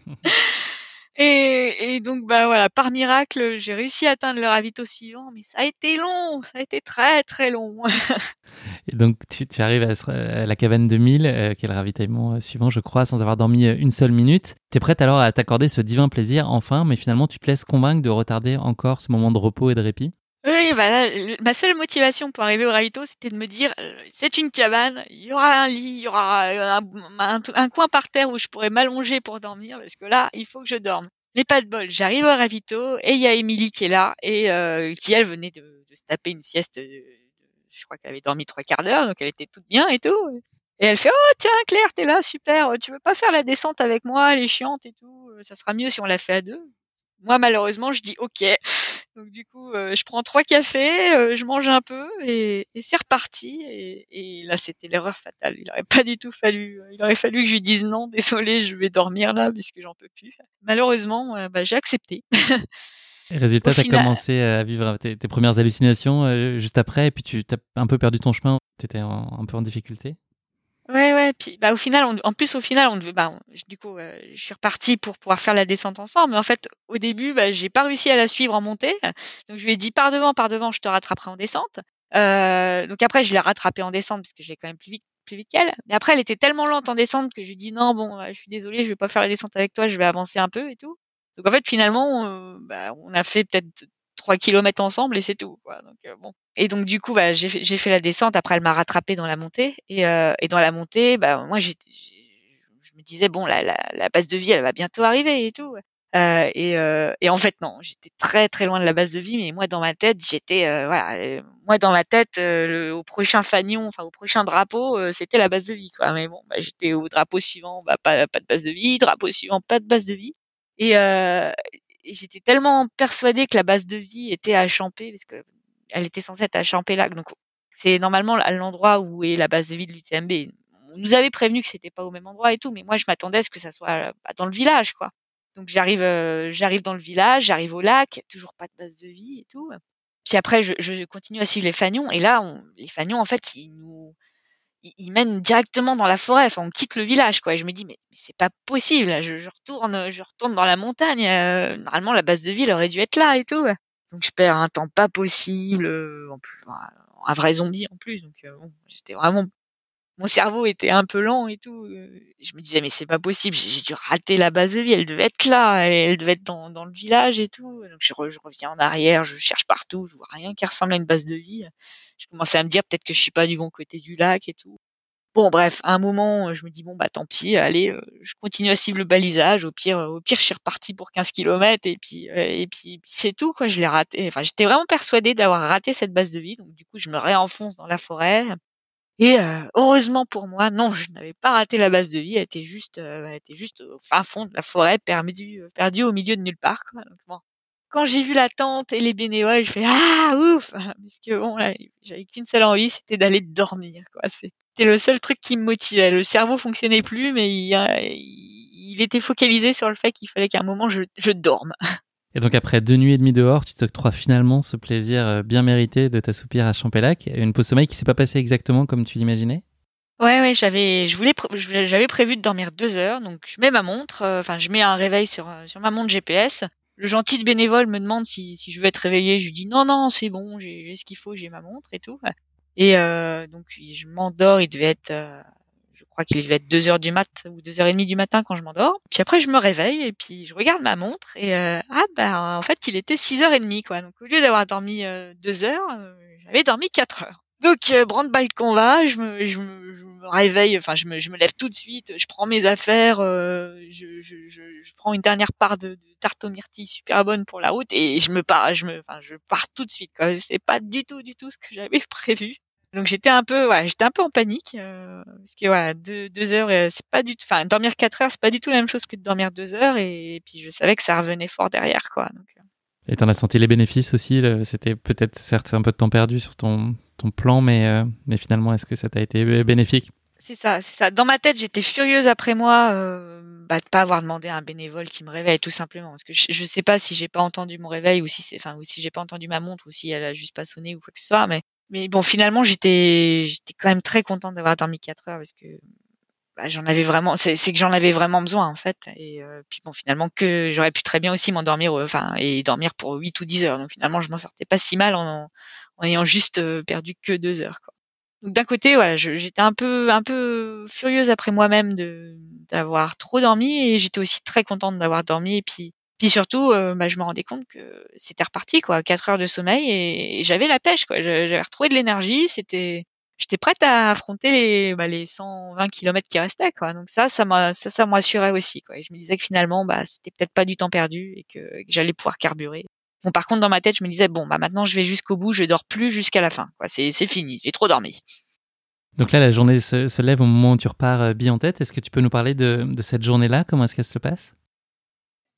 Et, et donc, bah voilà, par miracle, j'ai réussi à atteindre le ravito suivant, mais ça a été long, ça a été très très long. Et donc, tu, tu arrives à, à la cabane de mille, euh, qui est le ravitaillement suivant, je crois, sans avoir dormi une seule minute. Tu es prête alors à t'accorder ce divin plaisir, enfin, mais finalement, tu te laisses convaincre de retarder encore ce moment de repos et de répit? Oui, bah là, ma seule motivation pour arriver au ravito, c'était de me dire, euh, c'est une cabane, il y aura un lit, il y aura un, un, un coin par terre où je pourrais m'allonger pour dormir, parce que là, il faut que je dorme. Mais pas de bol, j'arrive au ravito et il y a Émilie qui est là et euh, qui elle venait de, de se taper une sieste. De, de, je crois qu'elle avait dormi trois quarts d'heure, donc elle était toute bien et tout. Et elle fait oh tiens Claire, t'es là, super. Tu veux pas faire la descente avec moi, elle est chiante et tout. Ça sera mieux si on la fait à deux. Moi malheureusement je dis ok. Donc du coup, euh, je prends trois cafés, euh, je mange un peu et, et c'est reparti. Et, et là, c'était l'erreur fatale. Il aurait pas du tout fallu. Il aurait fallu que je lui dise non, désolé, je vais dormir là puisque j'en peux plus. Malheureusement, euh, bah, j'ai accepté. Et résultat, Au tu as final, commencé à vivre tes, tes premières hallucinations euh, juste après, et puis tu as un peu perdu ton chemin, tu étais un peu en difficulté. ouais, ouais. Puis, bah, au final, on, en plus, au final, on devait, bah, on- du coup, euh, je suis repartie pour pouvoir faire la descente ensemble. Mais en fait, au début, bah, j'ai pas réussi à la suivre en montée. Donc, je lui ai dit, pars devant, pars devant, je te rattraperai en descente. Euh, donc après, je l'ai rattrapée en descente parce que j'ai quand même plus vite, plus vite qu'elle. Mais après, elle était tellement lente en descente que je lui ai dit, non, bon, euh, je suis désolée, je vais pas faire la descente avec toi, je vais avancer un peu et tout. Donc, en fait, finalement, euh, bah, on a fait peut-être trois kilomètres ensemble et c'est tout, quoi. Donc, euh, bon. Et donc du coup, bah, j'ai fait, j'ai fait la descente. Après, elle m'a rattrapée dans la montée. Et, euh, et dans la montée, bah, moi, j'ai, j'ai- je me disais bon, la, la, la base de vie, elle va bientôt arriver et tout. Euh, et, euh, et en fait, non, j'étais très très loin de la base de vie. Mais moi, dans ma tête, j'étais, euh, voilà, euh, moi dans ma tête, euh, le, au prochain fanion, enfin au prochain drapeau, euh, c'était la base de vie, quoi. Mais bon, bah, j'étais au drapeau suivant, bah, pas, pas de base de vie. Drapeau suivant, pas de base de vie. Et, euh, et j'étais tellement persuadée que la base de vie était à Champé, parce que elle était censée être à Champélac. Donc, c'est normalement à l'endroit où est la base de vie de l'U T M B. On nous avait prévenu que c'était pas au même endroit et tout, mais moi, je m'attendais à ce que ça soit bah, dans le village, quoi. Donc, j'arrive, euh, j'arrive dans le village, j'arrive au lac, toujours pas de base de vie et tout. Puis après, je, je continue à suivre les fanions, et là, on, les fanions, en fait, ils nous, ils, ils mènent directement dans la forêt. Enfin, on quitte le village, quoi. Et je me dis, mais, mais c'est pas possible. Là. Je, je retourne, je retourne dans la montagne. Euh, normalement, la base de vie elle aurait dû être là et tout. Donc, je perds un temps pas possible. Euh, en plus, un vrai zombie en plus. Donc, euh, bon, j'étais vraiment, mon cerveau était un peu lent et tout. Euh, je me disais, mais c'est pas possible. J'ai, j'ai dû rater la base de vie. Elle devait être là. Elle, elle devait être dans, dans le village et tout. Donc, je, re, je reviens en arrière. Je cherche partout. Je vois rien qui ressemble à une base de vie. Je commençais à me dire peut-être que je suis pas du bon côté du lac et tout. Bon bref, à un moment, je me dis bon bah tant pis, allez, euh, je continue à suivre le balisage. Au pire, au pire, je suis reparti pour quinze kilomètres et puis euh, et puis, puis c'est tout quoi. Je l'ai raté. Enfin, j'étais vraiment persuadée d'avoir raté cette base de vie. Donc du coup, je me réenfonce dans la forêt. Et euh, heureusement pour moi, non, je n'avais pas raté la base de vie. Elle était juste, euh, elle était juste au fin fond de la forêt, perdue, perdue au milieu de nulle part. Quoi. Donc bon, quand j'ai vu la tente et les bénévoles, je fais ah ouf, parce que bon là, j'avais qu'une seule envie, c'était d'aller dormir. Quoi. C'était le seul truc qui me motivait. Le cerveau fonctionnait plus, mais il, il était focalisé sur le fait qu'il fallait qu'à un moment je, je dorme. Et donc après deux nuits et demie dehors, tu t'octroies finalement ce plaisir bien mérité de t'assoupir à Champélac, une pause sommeil qui s'est pas passée exactement comme tu l'imaginais. Ouais, ouais, j'avais, je voulais, j'avais prévu de dormir deux heures, donc je mets ma montre, enfin, euh, je mets un réveil sur sur ma montre G P S. Le gentil de bénévole me demande si si je veux être réveillée. Je lui dis non, non, c'est bon, j'ai, j'ai ce qu'il faut, j'ai ma montre et tout. Et euh, donc je m'endors. Il devait être, euh, je crois qu'il devait être deux heures du mat ou deux heures et demie du matin quand je m'endors. Puis après je me réveille et puis je regarde ma montre et euh, ah bah en fait il était six heures et demie quoi. Donc au lieu d'avoir dormi euh, deux heures, euh, j'avais dormi quatre heures. Donc euh, branle-bas le combat, je me, je me, je me réveille, enfin je me, je me lève tout de suite, je prends mes affaires, euh, je, je, je, je prends une dernière part de, de tarte aux myrtilles super bonne pour la route et je me pars, je me, enfin je pars tout de suite. Quoi. C'est pas du tout, du tout ce que j'avais prévu. Donc j'étais un peu, ouais, j'étais un peu en panique euh, parce que voilà, deux, deux heures, euh, c'est pas du tout, enfin dormir quatre heures, c'est pas du tout la même chose que de dormir deux heures et, et puis je savais que ça revenait fort derrière quoi. Donc, euh... Et t'en as senti les bénéfices aussi. Le, c'était peut-être certes un peu de temps perdu sur ton ton plan, mais, euh, mais finalement, est-ce que ça t'a été bénéfique ? C'est ça, c'est ça. Dans ma tête, j'étais furieuse après moi euh, bah, de pas avoir demandé à un bénévole qui me réveille, tout simplement. Parce que je, je sais pas si j'ai pas entendu mon réveil ou si c'est, enfin, ou si j'ai pas entendu ma montre ou si elle a juste pas sonné ou quoi que ce soit. Mais, mais bon, finalement, j'étais, j'étais quand même très contente d'avoir dormi quatre heures parce que bah, j'en avais vraiment, c'est, c'est que j'en avais vraiment besoin en fait. Et euh, puis bon, finalement, que j'aurais pu très bien aussi m'endormir, euh, enfin, et dormir pour huit ou dix heures. Donc finalement, je m'en sortais pas si mal en, en ayant juste euh, perdu que deux heures. Quoi. Donc d'un côté, voilà, je, j'étais un peu, un peu furieuse après moi-même de d'avoir trop dormi et j'étais aussi très contente d'avoir dormi. Et puis, puis surtout, euh, bah, je me rendais compte que c'était reparti quoi, quatre heures de sommeil et, et j'avais la pêche quoi. J'avais retrouvé de l'énergie. C'était, j'étais prête à affronter les, bah, les cent vingt kilomètres qui restaient quoi. Donc ça, ça m'a, ça, ça me rassurait aussi quoi. Et je me disais que finalement, bah, c'était peut-être pas du temps perdu et que, que j'allais pouvoir carburer. Bon, par contre, dans ma tête, je me disais, bon, bah, maintenant, je vais jusqu'au bout, je dors plus jusqu'à la fin, quoi. C'est, c'est fini. J'ai trop dormi. Donc là, la journée se, se lève au moment où tu repars euh, bille en tête. Est-ce que tu peux nous parler de, de cette journée-là ? Comment est-ce qu'elle se passe ?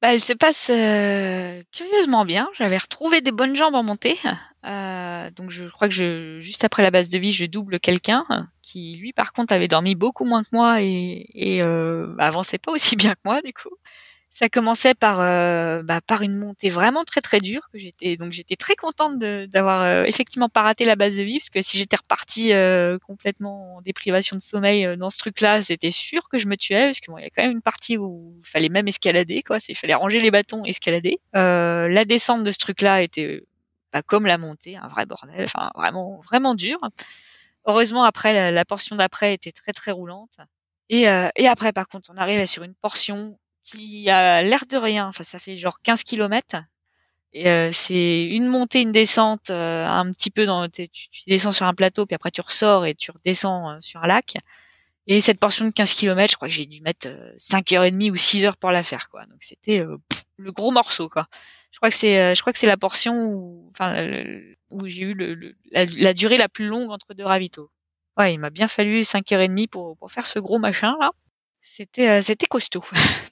Bah, elle se passe euh, curieusement bien. J'avais retrouvé des bonnes jambes en montée. Euh, donc je crois que je, juste après la base de vie, je double quelqu'un qui, lui, par contre, avait dormi beaucoup moins que moi et, et euh, avançait pas aussi bien que moi, du coup. Ça commençait par euh, bah, par une montée vraiment très très dure que j'étais donc j'étais très contente de, d'avoir euh, effectivement pas raté la base de vie parce que si j'étais repartie euh, complètement en déprivation de sommeil euh, dans ce truc-là, c'était sûr que je me tuais parce que bon, il y a quand même une partie où il fallait même escalader quoi, c'est il fallait ranger les bâtons, escalader. Euh, la descente de ce truc-là était bah, comme la montée, un vrai bordel, enfin vraiment vraiment dur. Heureusement après la, la portion d'après était très très roulante. Et, euh, et après par contre on arrive sur une portion qui a l'air de rien, enfin ça fait genre quinze kilomètres et euh, c'est une montée, une descente euh, un petit peu dans tu, tu descends sur un plateau puis après tu ressors et tu redescends euh, sur un lac et cette portion de quinze kilomètres, je crois que j'ai dû mettre euh, cinq heures trente ou six heures pour la faire quoi. Donc c'était euh, pff, le gros morceau quoi. Je crois que c'est euh, je crois que c'est la portion où enfin euh, où j'ai eu le, le la, la durée la plus longue entre deux ravitaux. Ouais, il m'a bien fallu cinq heures trente pour pour faire ce gros machin là. C'était euh, c'était costaud.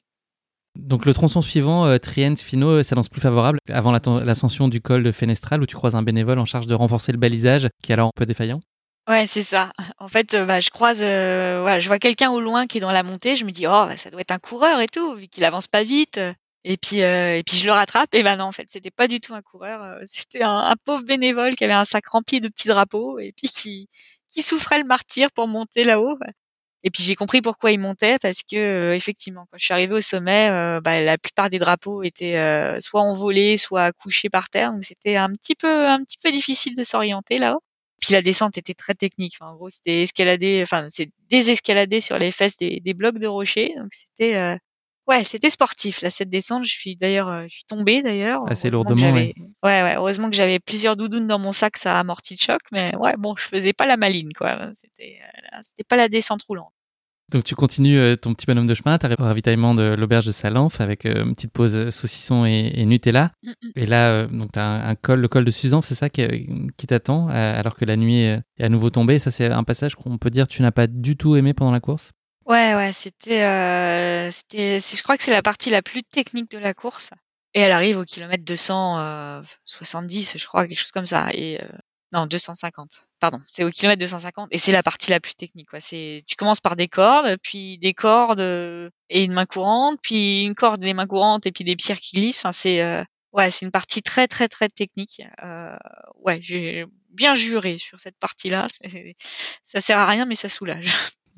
Donc le tronçon suivant, euh, Trient-Finot, s'annonce plus favorable avant l'ascension du col de Fenestral où tu croises un bénévole en charge de renforcer le balisage qui est alors un peu défaillant. Ouais, c'est ça. En fait, euh, bah, je croise, euh, voilà, je vois quelqu'un au loin qui est dans la montée. Je me dis, oh, bah, ça doit être un coureur et tout, vu qu'il avance pas vite. Et puis, euh, et puis je le rattrape. Et ben non, en fait, c'était pas du tout un coureur. euh, C'était un, un pauvre bénévole qui avait un sac rempli de petits drapeaux et puis qui, qui souffrait le martyr pour monter là-haut. Et puis j'ai compris pourquoi il montait parce que euh, effectivement, quand je suis arrivée au sommet, euh, bah, la plupart des drapeaux étaient euh, soit envolés, soit couchés par terre. Donc c'était un petit peu, un petit peu difficile de s'orienter là-haut. Puis la descente était très technique. Enfin, en gros, c'était escalader, enfin, c'est désescalader sur les fesses des, des blocs de rochers. Donc c'était, euh, ouais, c'était sportif. Là, cette descente, je suis d'ailleurs, euh, je suis tombée d'ailleurs. Assez Heureusement que lourdement, j'avais, ouais. ouais, ouais, heureusement que j'avais plusieurs doudounes dans mon sac, ça a amorti le choc. Mais ouais, bon, je faisais pas la maline, quoi. C'était, euh, c'était pas la descente roulante. Donc tu continues euh, ton petit bonhomme de chemin, tu arrives au ravitaillement de l'auberge de Salanf avec euh, une petite pause euh, saucisson et, et Nutella. Mm-mm. Et là, euh, donc tu as un, un col, le col de Suzanne, c'est ça qui, qui t'attend euh, alors que la nuit est à nouveau tombée. Ça, c'est un passage qu'on peut dire que tu n'as pas du tout aimé pendant la course. Ouais, ouais, c'était, euh, c'était, c'est- je crois que c'est la partie la plus technique de la course. Et elle arrive au kilomètre deux cent soixante-dix, je crois, quelque chose comme ça. Et euh, non, deux cent cinquante. Pardon, c'est au kilomètre deux cent cinquante et c'est la partie la plus technique. Quoi. C'est, tu commences par des cordes, puis des cordes euh, et une main courante, puis une corde, des mains courantes et puis des pierres qui glissent. Enfin, c'est, euh, ouais, c'est une partie très, très, très technique. Euh, ouais, j'ai bien juré sur cette partie-là. C'est, ça sert à rien, mais ça soulage.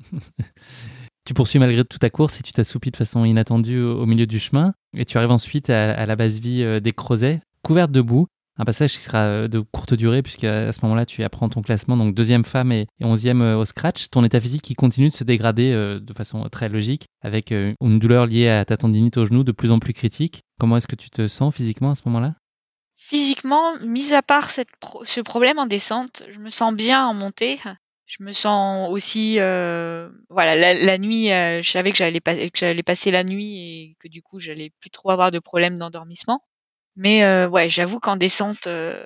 Tu poursuis malgré toute ta course et tu t'assoupis de façon inattendue au, au milieu du chemin. Et tu arrives ensuite à, à la base vie euh, des Creusets, couverte de boue. Un passage qui sera euh, de courte durée puisque à ce moment-là, tu apprends ton classement, donc deuxième femme et, et onzième euh, au scratch. Ton état physique qui continue de se dégrader euh, de façon très logique avec euh, une douleur liée à ta tendinite au genou de plus en plus critique. Comment est-ce que tu te sens physiquement à ce moment-là ? Physiquement, mis à part cette pro- ce problème en descente, je me sens bien en montée. Je me sens aussi, euh, voilà, la, la nuit, euh, je savais que j'allais, pas- que j'allais passer la nuit et que du coup, j'allais plus trop avoir de problèmes d'endormissement. Mais euh, ouais, j'avoue qu'en descente euh,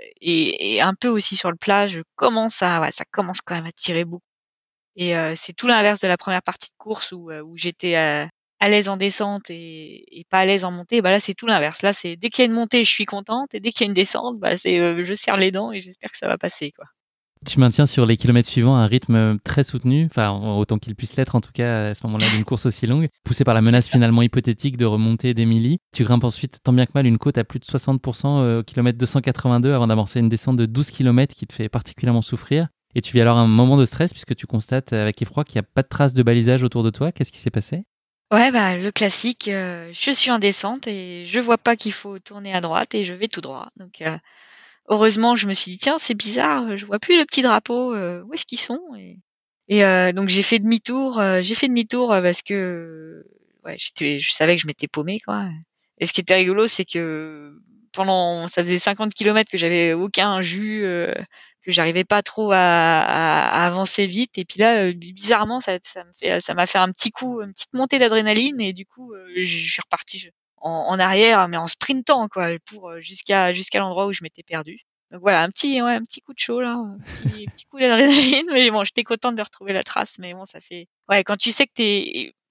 et, et un peu aussi sur le plat, je commence à, ouais, ça commence quand même à tirer beaucoup. Et euh, c'est tout l'inverse de la première partie de course où, euh, où j'étais euh, à l'aise en descente et, et pas à l'aise en montée. Bah là, c'est tout l'inverse. Là, c'est dès qu'il y a une montée, je suis contente, et dès qu'il y a une descente, bah c'est, euh, je serre les dents et j'espère que ça va passer, quoi. Tu maintiens sur les kilomètres suivants un rythme très soutenu, enfin autant qu'il puisse l'être en tout cas à ce moment-là d'une course aussi longue, poussé par la menace finalement hypothétique de remonter d'Émilie. Tu grimpes ensuite tant bien que mal une côte à plus de soixante pour cent au kilomètre deux cent quatre-vingt-deux avant d'amorcer une descente de douze kilomètres qui te fait particulièrement souffrir. Et tu vis alors un moment de stress puisque tu constates avec effroi qu'il n'y a pas de traces de balisage autour de toi. Qu'est-ce qui s'est passé ? Ouais, bah le classique, euh, je suis en descente et je vois pas qu'il faut tourner à droite et je vais tout droit. Donc euh, heureusement, je me suis dit tiens, c'est bizarre, je vois plus le petit drapeau, euh, où est-ce qu'ils sont ? Et, et euh, donc j'ai fait demi-tour, euh, j'ai fait demi-tour euh, parce que euh, ouais, j'étais, je savais que je m'étais paumée, quoi. Et ce qui était rigolo, c'est que pendant, ça faisait cinquante kilomètres que j'avais aucun jus, euh, que j'arrivais pas trop à, à, à avancer vite. Et puis là, euh, bizarrement, ça, ça me fait, ça m'a fait un petit coup, une petite montée d'adrénaline. Et du coup, euh, je suis repartie je- en, en arrière, mais en sprintant, quoi, pour euh, jusqu'à jusqu'à l'endroit où je m'étais perdue. Donc voilà, un petit, ouais, un petit coup de chaud là, un petit, petit coup d'adrénaline. Mais bon, j'étais contente de retrouver la trace. Mais bon, ça fait, ouais, quand tu sais que t'es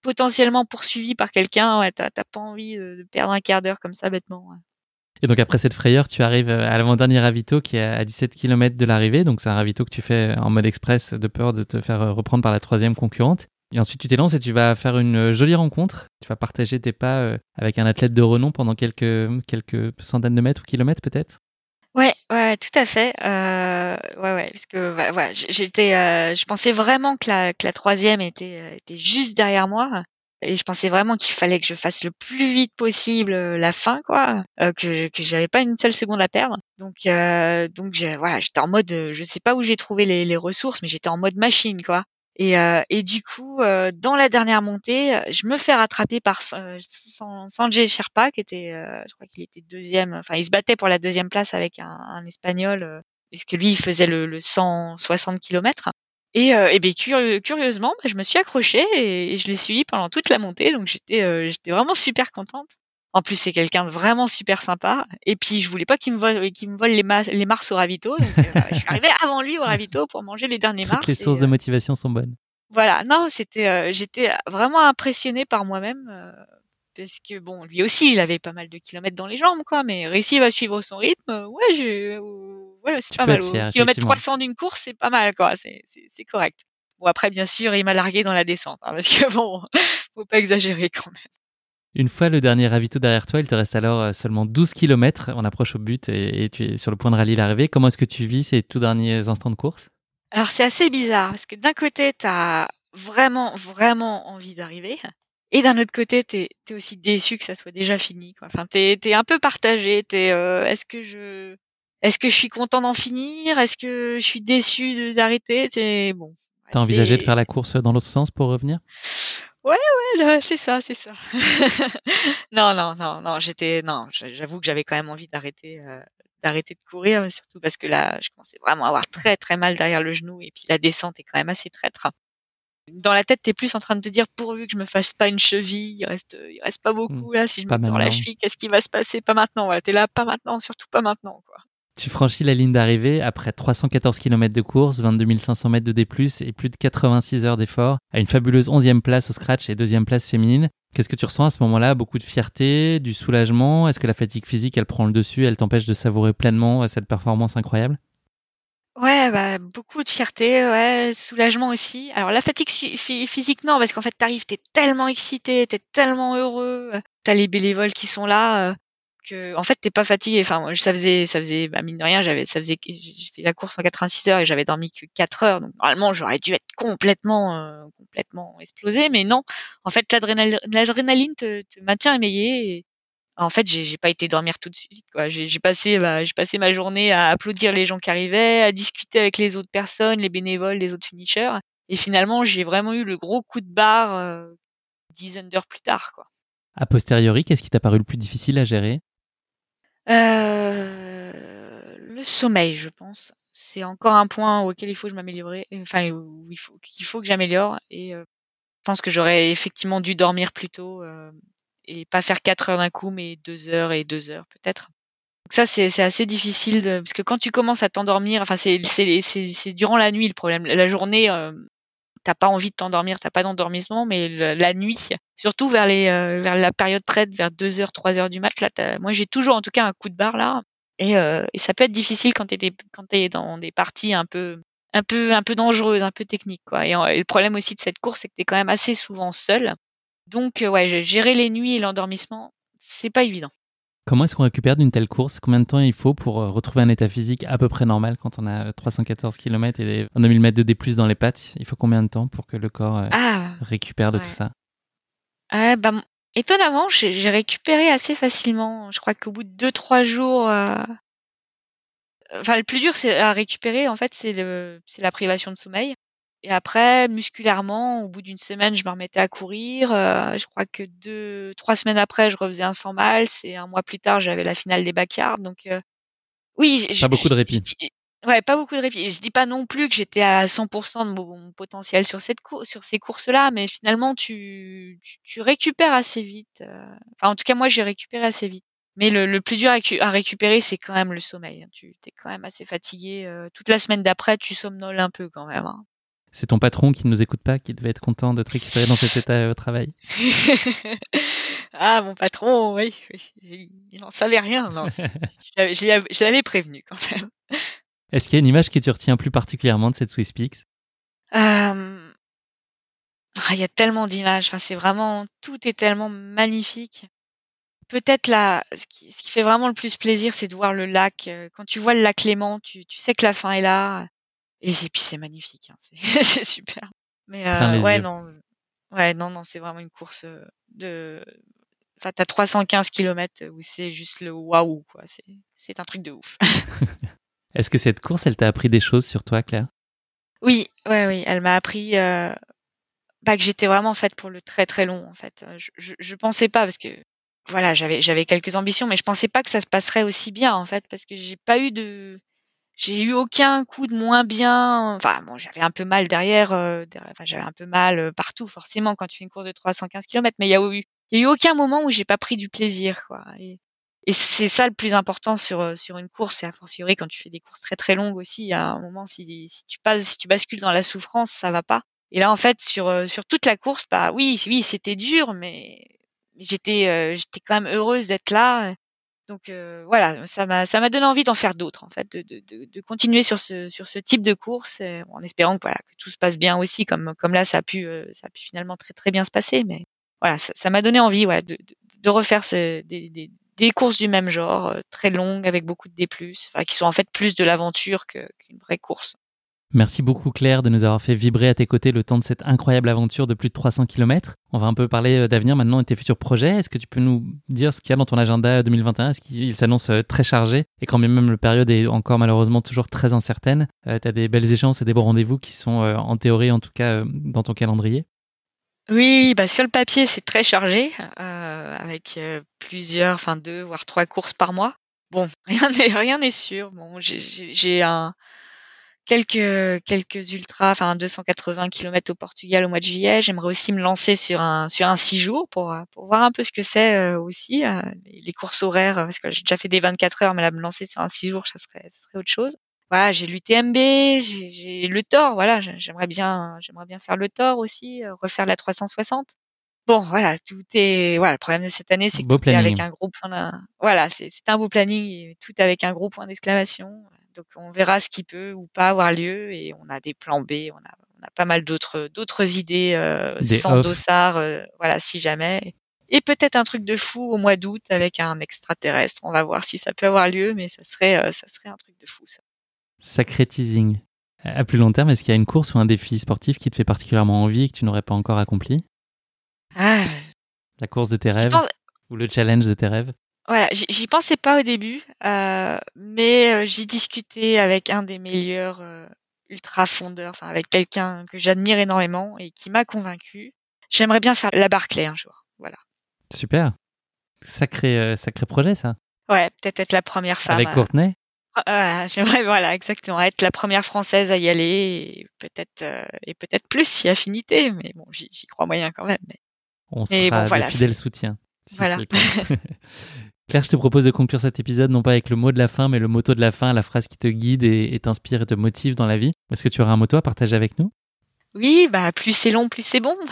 potentiellement poursuivi par quelqu'un, ouais, t'as, t'as pas envie de, de perdre un quart d'heure comme ça bêtement. Ouais. Et donc après cette frayeur, tu arrives à l'avant-dernier ravito qui est à dix-sept kilomètres de l'arrivée. Donc c'est un ravito que tu fais en mode express de peur de te faire reprendre par la troisième concurrente. Et ensuite tu t'élances et tu vas faire une jolie rencontre. Tu vas partager tes pas avec un athlète de renom pendant quelques, quelques centaines de mètres ou kilomètres peut-être. Ouais, ouais, tout à fait. Euh, ouais, ouais, parce que ouais, ouais, j'étais, euh, je pensais vraiment que la, que la troisième était, était juste derrière moi, et je pensais vraiment qu'il fallait que je fasse le plus vite possible la fin, quoi, euh, que que j'avais pas une seule seconde à perdre. Donc, euh, donc, je, voilà, j'étais en mode, je sais pas où j'ai trouvé les, les ressources, mais j'étais en mode machine, quoi. Et, euh, et du coup, euh, dans la dernière montée, je me fais rattraper par euh, Sanjay Sherpa, qui était, euh, je crois qu'il était deuxième. Enfin, il se battait pour la deuxième place avec un, un Espagnol, euh, puisque lui, il faisait le, le cent soixante kilomètres. Et, euh, et bien, curieux, curieusement, bah, je me suis accrochée et, et je l'ai suivi pendant toute la montée. Donc, j'étais, euh, j'étais vraiment super contente. En plus, c'est quelqu'un de vraiment super sympa. Et puis, je voulais pas qu'il me vole, qu'il me vole les, ma- les mars au ravito. Donc, euh, je suis arrivée avant lui au ravito pour manger les derniers mars. Toutes les sources et, de euh, motivation sont bonnes. Voilà, non, c'était, euh, j'étais vraiment impressionnée par moi-même euh, parce que bon, lui aussi, il avait pas mal de kilomètres dans les jambes, quoi, mais réussir à suivre son rythme, euh, ouais, j'ai, euh, ouais, c'est Tu pas peux mal. être Au fier, kilomètre effectivement. trois cents d'une course, c'est pas mal, quoi, c'est, c'est, c'est correct. Bon, après, bien sûr, il m'a largué dans la descente, hein, parce que bon, faut pas exagérer quand même. Une fois le dernier ravito derrière toi, il te reste alors seulement douze kilomètres. On approche au but et, et tu es sur le point de rallier l'arrivée. Comment est-ce que tu vis ces tout derniers instants de course ? Alors, c'est assez bizarre parce que d'un côté, t'as vraiment, vraiment envie d'arriver. Et d'un autre côté, t'es, t'es aussi déçu que ça soit déjà fini, quoi. Enfin, t'es, t'es un peu partagé. T'es, euh, est-ce que je, est-ce que je suis content d'en finir? Est-ce que je suis déçu de, d'arrêter? C'est bon. T'as envisagé de C'est, faire la course dans l'autre sens pour revenir ? ouais, ouais, là, c'est ça, c'est ça. non, non, non, non. J'étais, non. J'avoue que j'avais quand même envie d'arrêter, euh, d'arrêter de courir, surtout parce que là, je commençais vraiment à avoir très, très mal derrière le genou, et puis la descente est quand même assez traître. Dans la tête, t'es plus en train de te dire pourvu que je me fasse pas une cheville, il reste, il reste pas beaucoup là. Si je Pas me tords la maintenant. cheville, qu'est-ce qui va se passer? Pas maintenant. Voilà, t'es là, pas maintenant, surtout pas maintenant, quoi. Tu franchis la ligne d'arrivée après trois cent quatorze kilomètres de course, vingt-deux mille cinq cents mètres de D plus, et plus de quatre-vingt-six heures d'effort, à une fabuleuse onzième place au scratch et deuxième place féminine. Qu'est-ce que tu ressens à ce moment-là ? Beaucoup de fierté, du soulagement ? Est-ce que la fatigue physique, elle prend le dessus, elle t'empêche de savourer pleinement cette performance incroyable ? Ouais, bah, beaucoup de fierté, ouais, soulagement aussi. Alors la fatigue physique, non, parce qu'en fait, t'arrives, t'es tellement excité, t'es tellement heureux, t'as les bénévoles qui sont là, euh, que en fait, t'es pas fatigué. Enfin, moi, ça faisait, ça faisait, bah, mine de rien, j'avais, ça faisait, j'ai fait la course en quatre-vingt-six heures et j'avais dormi que quatre heures, donc normalement, j'aurais dû être complètement, euh, complètement explosé, mais non. En fait, l'adrénaline, l'adrénaline te, te maintient éveillé. Et en fait, j'ai, j'ai pas été dormir tout de suite, quoi. J'ai, j'ai passé, bah, j'ai passé ma journée à applaudir les gens qui arrivaient, à discuter avec les autres personnes, les bénévoles, les autres finishers. Et finalement, j'ai vraiment eu le gros coup de barre euh, dizaine d'heures plus tard, quoi. A posteriori, qu'est-ce qui t'a paru le plus difficile à gérer ? Euh, le sommeil, je pense. C'est encore un point auquel il faut que je m'améliore, enfin, où il faut, qu'il faut que j'améliore. Et euh, je pense que j'aurais effectivement dû dormir plus tôt. Euh, et pas faire quatre heures d'un coup, mais deux heures et deux heures peut-être. Donc ça, c'est, c'est assez difficile de, parce que quand tu commences à t'endormir, enfin c'est, c'est, c'est, c'est durant la nuit le problème. La journée, euh, t'as pas envie de t'endormir, t'as pas d'endormissement, mais le, la nuit, surtout vers les, euh, vers la période traite, vers deux heures, trois heures du match, là, t'as, moi j'ai toujours en tout cas un coup de barre là, et, euh, et ça peut être difficile quand t'es, quand t'es dans des parties un peu, un peu, un peu dangereuses, un peu techniques, quoi. Et, et le problème aussi de cette course, c'est que t'es quand même assez souvent seul. Donc, euh, ouais, gérer les nuits et l'endormissement, c'est pas évident. Comment est-ce qu'on récupère d'une telle course ? Combien de temps il faut pour retrouver un état physique à peu près normal quand on a trois cent quatorze kilomètres et vingt-deux mille mètres de D plus dans les pattes ? Il faut combien de temps pour que le corps ah, récupère de ouais. tout ça ? euh, bah, Étonnamment, j'ai, j'ai récupéré assez facilement. Je crois qu'au bout de deux trois jours... Euh... Enfin, le plus dur c'est à récupérer, en fait, c'est, le, c'est la privation de sommeil. Et après, musculairement, au bout d'une semaine, je me remettais à courir. Euh, je crois que deux, trois semaines après, je refaisais un cent miles. Et un mois plus tard, j'avais la finale des backyards. Donc, euh, oui, je, Pas beaucoup de je, répit. je, ouais, pas beaucoup de répit. Je dis pas non plus que j'étais à cent pour cent de mon, mon potentiel sur cette cour- sur ces courses-là, mais finalement, tu, tu, tu récupères assez vite. Euh, enfin, en tout cas, moi, j'ai récupéré assez vite. Mais le, le plus dur à, à récupérer, c'est quand même le sommeil. Tu es quand même assez fatigué. Euh, toute la semaine d'après, tu somnoles un peu quand même. Hein. C'est ton patron qui ne nous écoute pas, qui devait être content de te récupérer dans cet état au travail. Ah, mon patron, oui, oui. Il n'en savait rien. Non, je l'avais, je l'avais prévenu quand même. Est-ce qu'il y a une image que tu retiens plus particulièrement de cette SwissPix ? euh... ah, il y a tellement d'images. Enfin, c'est vraiment, tout est tellement magnifique. Peut-être là, ce qui, ce qui fait vraiment le plus plaisir, c'est de voir le lac. Quand tu vois le lac Léman, tu, tu sais que la fin est là. Et, et puis c'est magnifique, hein. c'est, c'est super. Mais euh, ouais, yeux. non, ouais, non, non, c'est vraiment une course de. Enfin, t'as trois cent quinze kilomètres où c'est juste le waouh, quoi. C'est, c'est un truc de ouf. Est-ce que cette course, elle t'a appris des choses sur toi, Claire ? Oui, ouais, oui, elle m'a appris euh, bah, que j'étais vraiment faite pour le très très long, en fait. Je, je, je pensais pas parce que voilà, j'avais j'avais quelques ambitions, mais je pensais pas que ça se passerait aussi bien, en fait, parce que j'ai pas eu de, j'ai eu aucun coup de moins bien. Enfin, bon, j'avais un peu mal derrière, euh, derrière enfin, j'avais un peu mal partout, forcément, quand tu fais une course de trois cent quinze kilomètres, mais il y a eu, il y a eu aucun moment où j'ai pas pris du plaisir, quoi. Et, et c'est ça le plus important sur sur une course, et a fortiori quand tu fais des courses très très longues aussi, il y a un moment, si si tu passes, si tu bascules dans la souffrance, ça va pas. Et là, en fait, sur sur toute la course, bah oui, oui, c'était dur, mais j'étais euh, j'étais quand même heureuse d'être là. Donc euh, voilà, ça m'a ça m'a donné envie d'en faire d'autres, en fait, de de de, de continuer sur ce sur ce type de course, euh, en espérant que voilà que tout se passe bien aussi, comme comme là ça a pu euh, ça a pu finalement très très bien se passer. Mais voilà, ça, ça m'a donné envie, ouais, de de, de refaire ce, des, des des courses du même genre, euh, très longues avec beaucoup de D plus, enfin qui sont en fait plus de l'aventure que, qu'une vraie course. Merci beaucoup Claire de nous avoir fait vibrer à tes côtés le temps de cette incroyable aventure de plus de trois cents kilomètres. On va un peu parler d'avenir maintenant et de tes futurs projets. Est-ce que tu peux nous dire ce qu'il y a dans ton agenda deux mille vingt et un ? Est-ce qu'il s'annonce très chargé ? Et quand bien même la période est encore malheureusement toujours très incertaine, euh, tu as des belles échéances et des bons rendez-vous qui sont euh, en théorie en tout cas euh, dans ton calendrier ? Oui, bah sur le papier c'est très chargé, euh, avec euh, plusieurs, enfin deux voire trois courses par mois. Bon, rien n'est rien n'est sûr. Bon, j'ai j'ai, j'ai un quelques quelques ultras, enfin deux cent quatre-vingts kilomètres au Portugal au mois de juillet. J'aimerais aussi me lancer sur un sur un six jours pour pour voir un peu ce que c'est euh, aussi euh, les, les courses horaires, parce que j'ai déjà fait des vingt-quatre heures, mais là me lancer sur un six jours, ça serait ça serait autre chose. Voilà, j'ai l'U T M B, j'ai, j'ai le Thor, voilà, j'aimerais bien j'aimerais bien faire le Thor aussi, euh, refaire la trois cent soixante. Bon, voilà, tout est voilà, le problème de cette année, c'est que beau tout planning. est avec un gros point d'un... voilà, c'est c'est un beau planning et tout avec un gros point d'exclamation. Donc on verra ce qui peut ou pas avoir lieu, et on a des plans B, on a on a pas mal d'autres d'autres idées euh, sans dossard, euh, voilà, si jamais. Et peut-être un truc de fou au mois d'août avec un extraterrestre. On va voir si ça peut avoir lieu, mais ça serait euh, ça serait un truc de fou, ça. Sacré teasing. À plus long terme, est-ce qu'il y a une course ou un défi sportif qui te fait particulièrement envie et que tu n'aurais pas encore accompli ? Ah, la course de tes rêves pense... ou le challenge de tes rêves ? Voilà, j'y, j'y pensais pas au début, euh, mais euh, j'ai discuté avec un des meilleurs euh, ultra fondeurs, enfin avec quelqu'un que j'admire énormément et qui m'a convaincue. J'aimerais bien faire la Barclay un jour, voilà. Super, sacré euh, sacré projet ça. Ouais, peut-être être la première femme. Avec Courtenay. Euh, j'aimerais, voilà, exactement, être la première française à y aller, et peut-être euh, et peut-être plus si affinité, mais bon, j'y, j'y crois moyen quand même. Mais... On mais sera bon, voilà, de fidèles c'est... soutiens. Si voilà. Claire, je te propose de conclure cet épisode non pas avec le mot de la fin, mais le motto de la fin, la phrase qui te guide et, et t'inspire et te motive dans la vie. Est-ce que tu auras un motto à partager avec nous ? Oui, bah plus c'est long, plus c'est bon.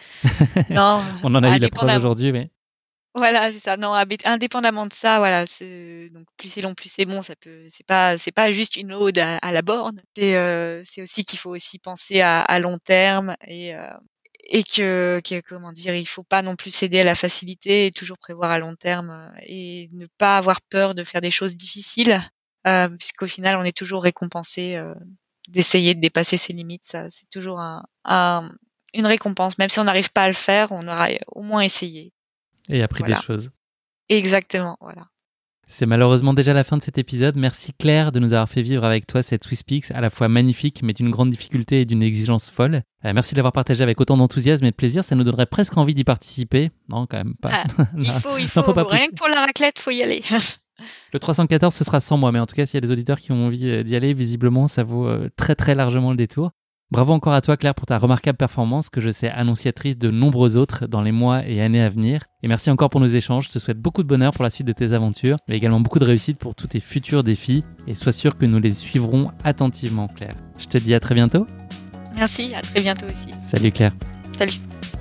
Non, on en a eu la preuve aujourd'hui, mais. Voilà, c'est ça. Non, indépendamment de ça, voilà, c'est donc plus c'est long, plus c'est bon. Ça peut, c'est pas, c'est pas juste une ode à, à la borne. C'est, euh, c'est aussi qu'il faut aussi penser à, à long terme et euh, et que, que, comment dire, il faut pas non plus céder à la facilité et toujours prévoir à long terme et ne pas avoir peur de faire des choses difficiles, euh, puisqu'au final, on est toujours récompensé euh, d'essayer de dépasser ses limites. Ça, c'est toujours un, un, une récompense, même si on n'arrive pas à le faire, on aura au moins essayé. Et appris voilà. des choses. Exactement, voilà. C'est malheureusement déjà la fin de cet épisode. Merci Claire de nous avoir fait vivre avec toi cette SwissPix à la fois magnifique mais d'une grande difficulté et d'une exigence folle. Euh, merci de l'avoir partagé avec autant d'enthousiasme et de plaisir. Ça nous donnerait presque envie d'y participer. Non, quand même pas. Ah, il faut, il faut, non, faut pas rien plus. Que pour la raclette, il faut y aller. Le trois cent quatorze, ce sera sans moi, mais en tout cas, s'il y a des auditeurs qui ont envie d'y aller, visiblement, ça vaut très très largement le détour. Bravo encore à toi Claire pour ta remarquable performance que je sais annonciatrice de nombreux autres dans les mois et années à venir. Et merci encore pour nos échanges, je te souhaite beaucoup de bonheur pour la suite de tes aventures, mais également beaucoup de réussite pour tous tes futurs défis et sois sûr que nous les suivrons attentivement Claire. Je te dis à très bientôt. Merci, à très bientôt aussi. Salut Claire. Salut.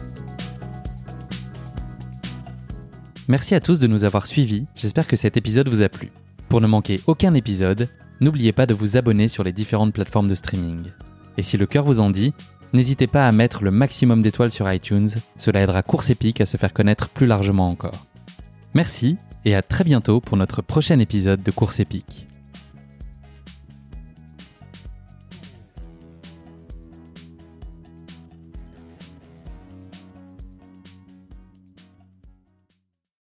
Merci à tous de nous avoir suivis, j'espère que cet épisode vous a plu. Pour ne manquer aucun épisode, n'oubliez pas de vous abonner sur les différentes plateformes de streaming. Et si le cœur vous en dit, n'hésitez pas à mettre le maximum d'étoiles sur iTunes, cela aidera Course Épique à se faire connaître plus largement encore. Merci et à très bientôt pour notre prochain épisode de Course Épique.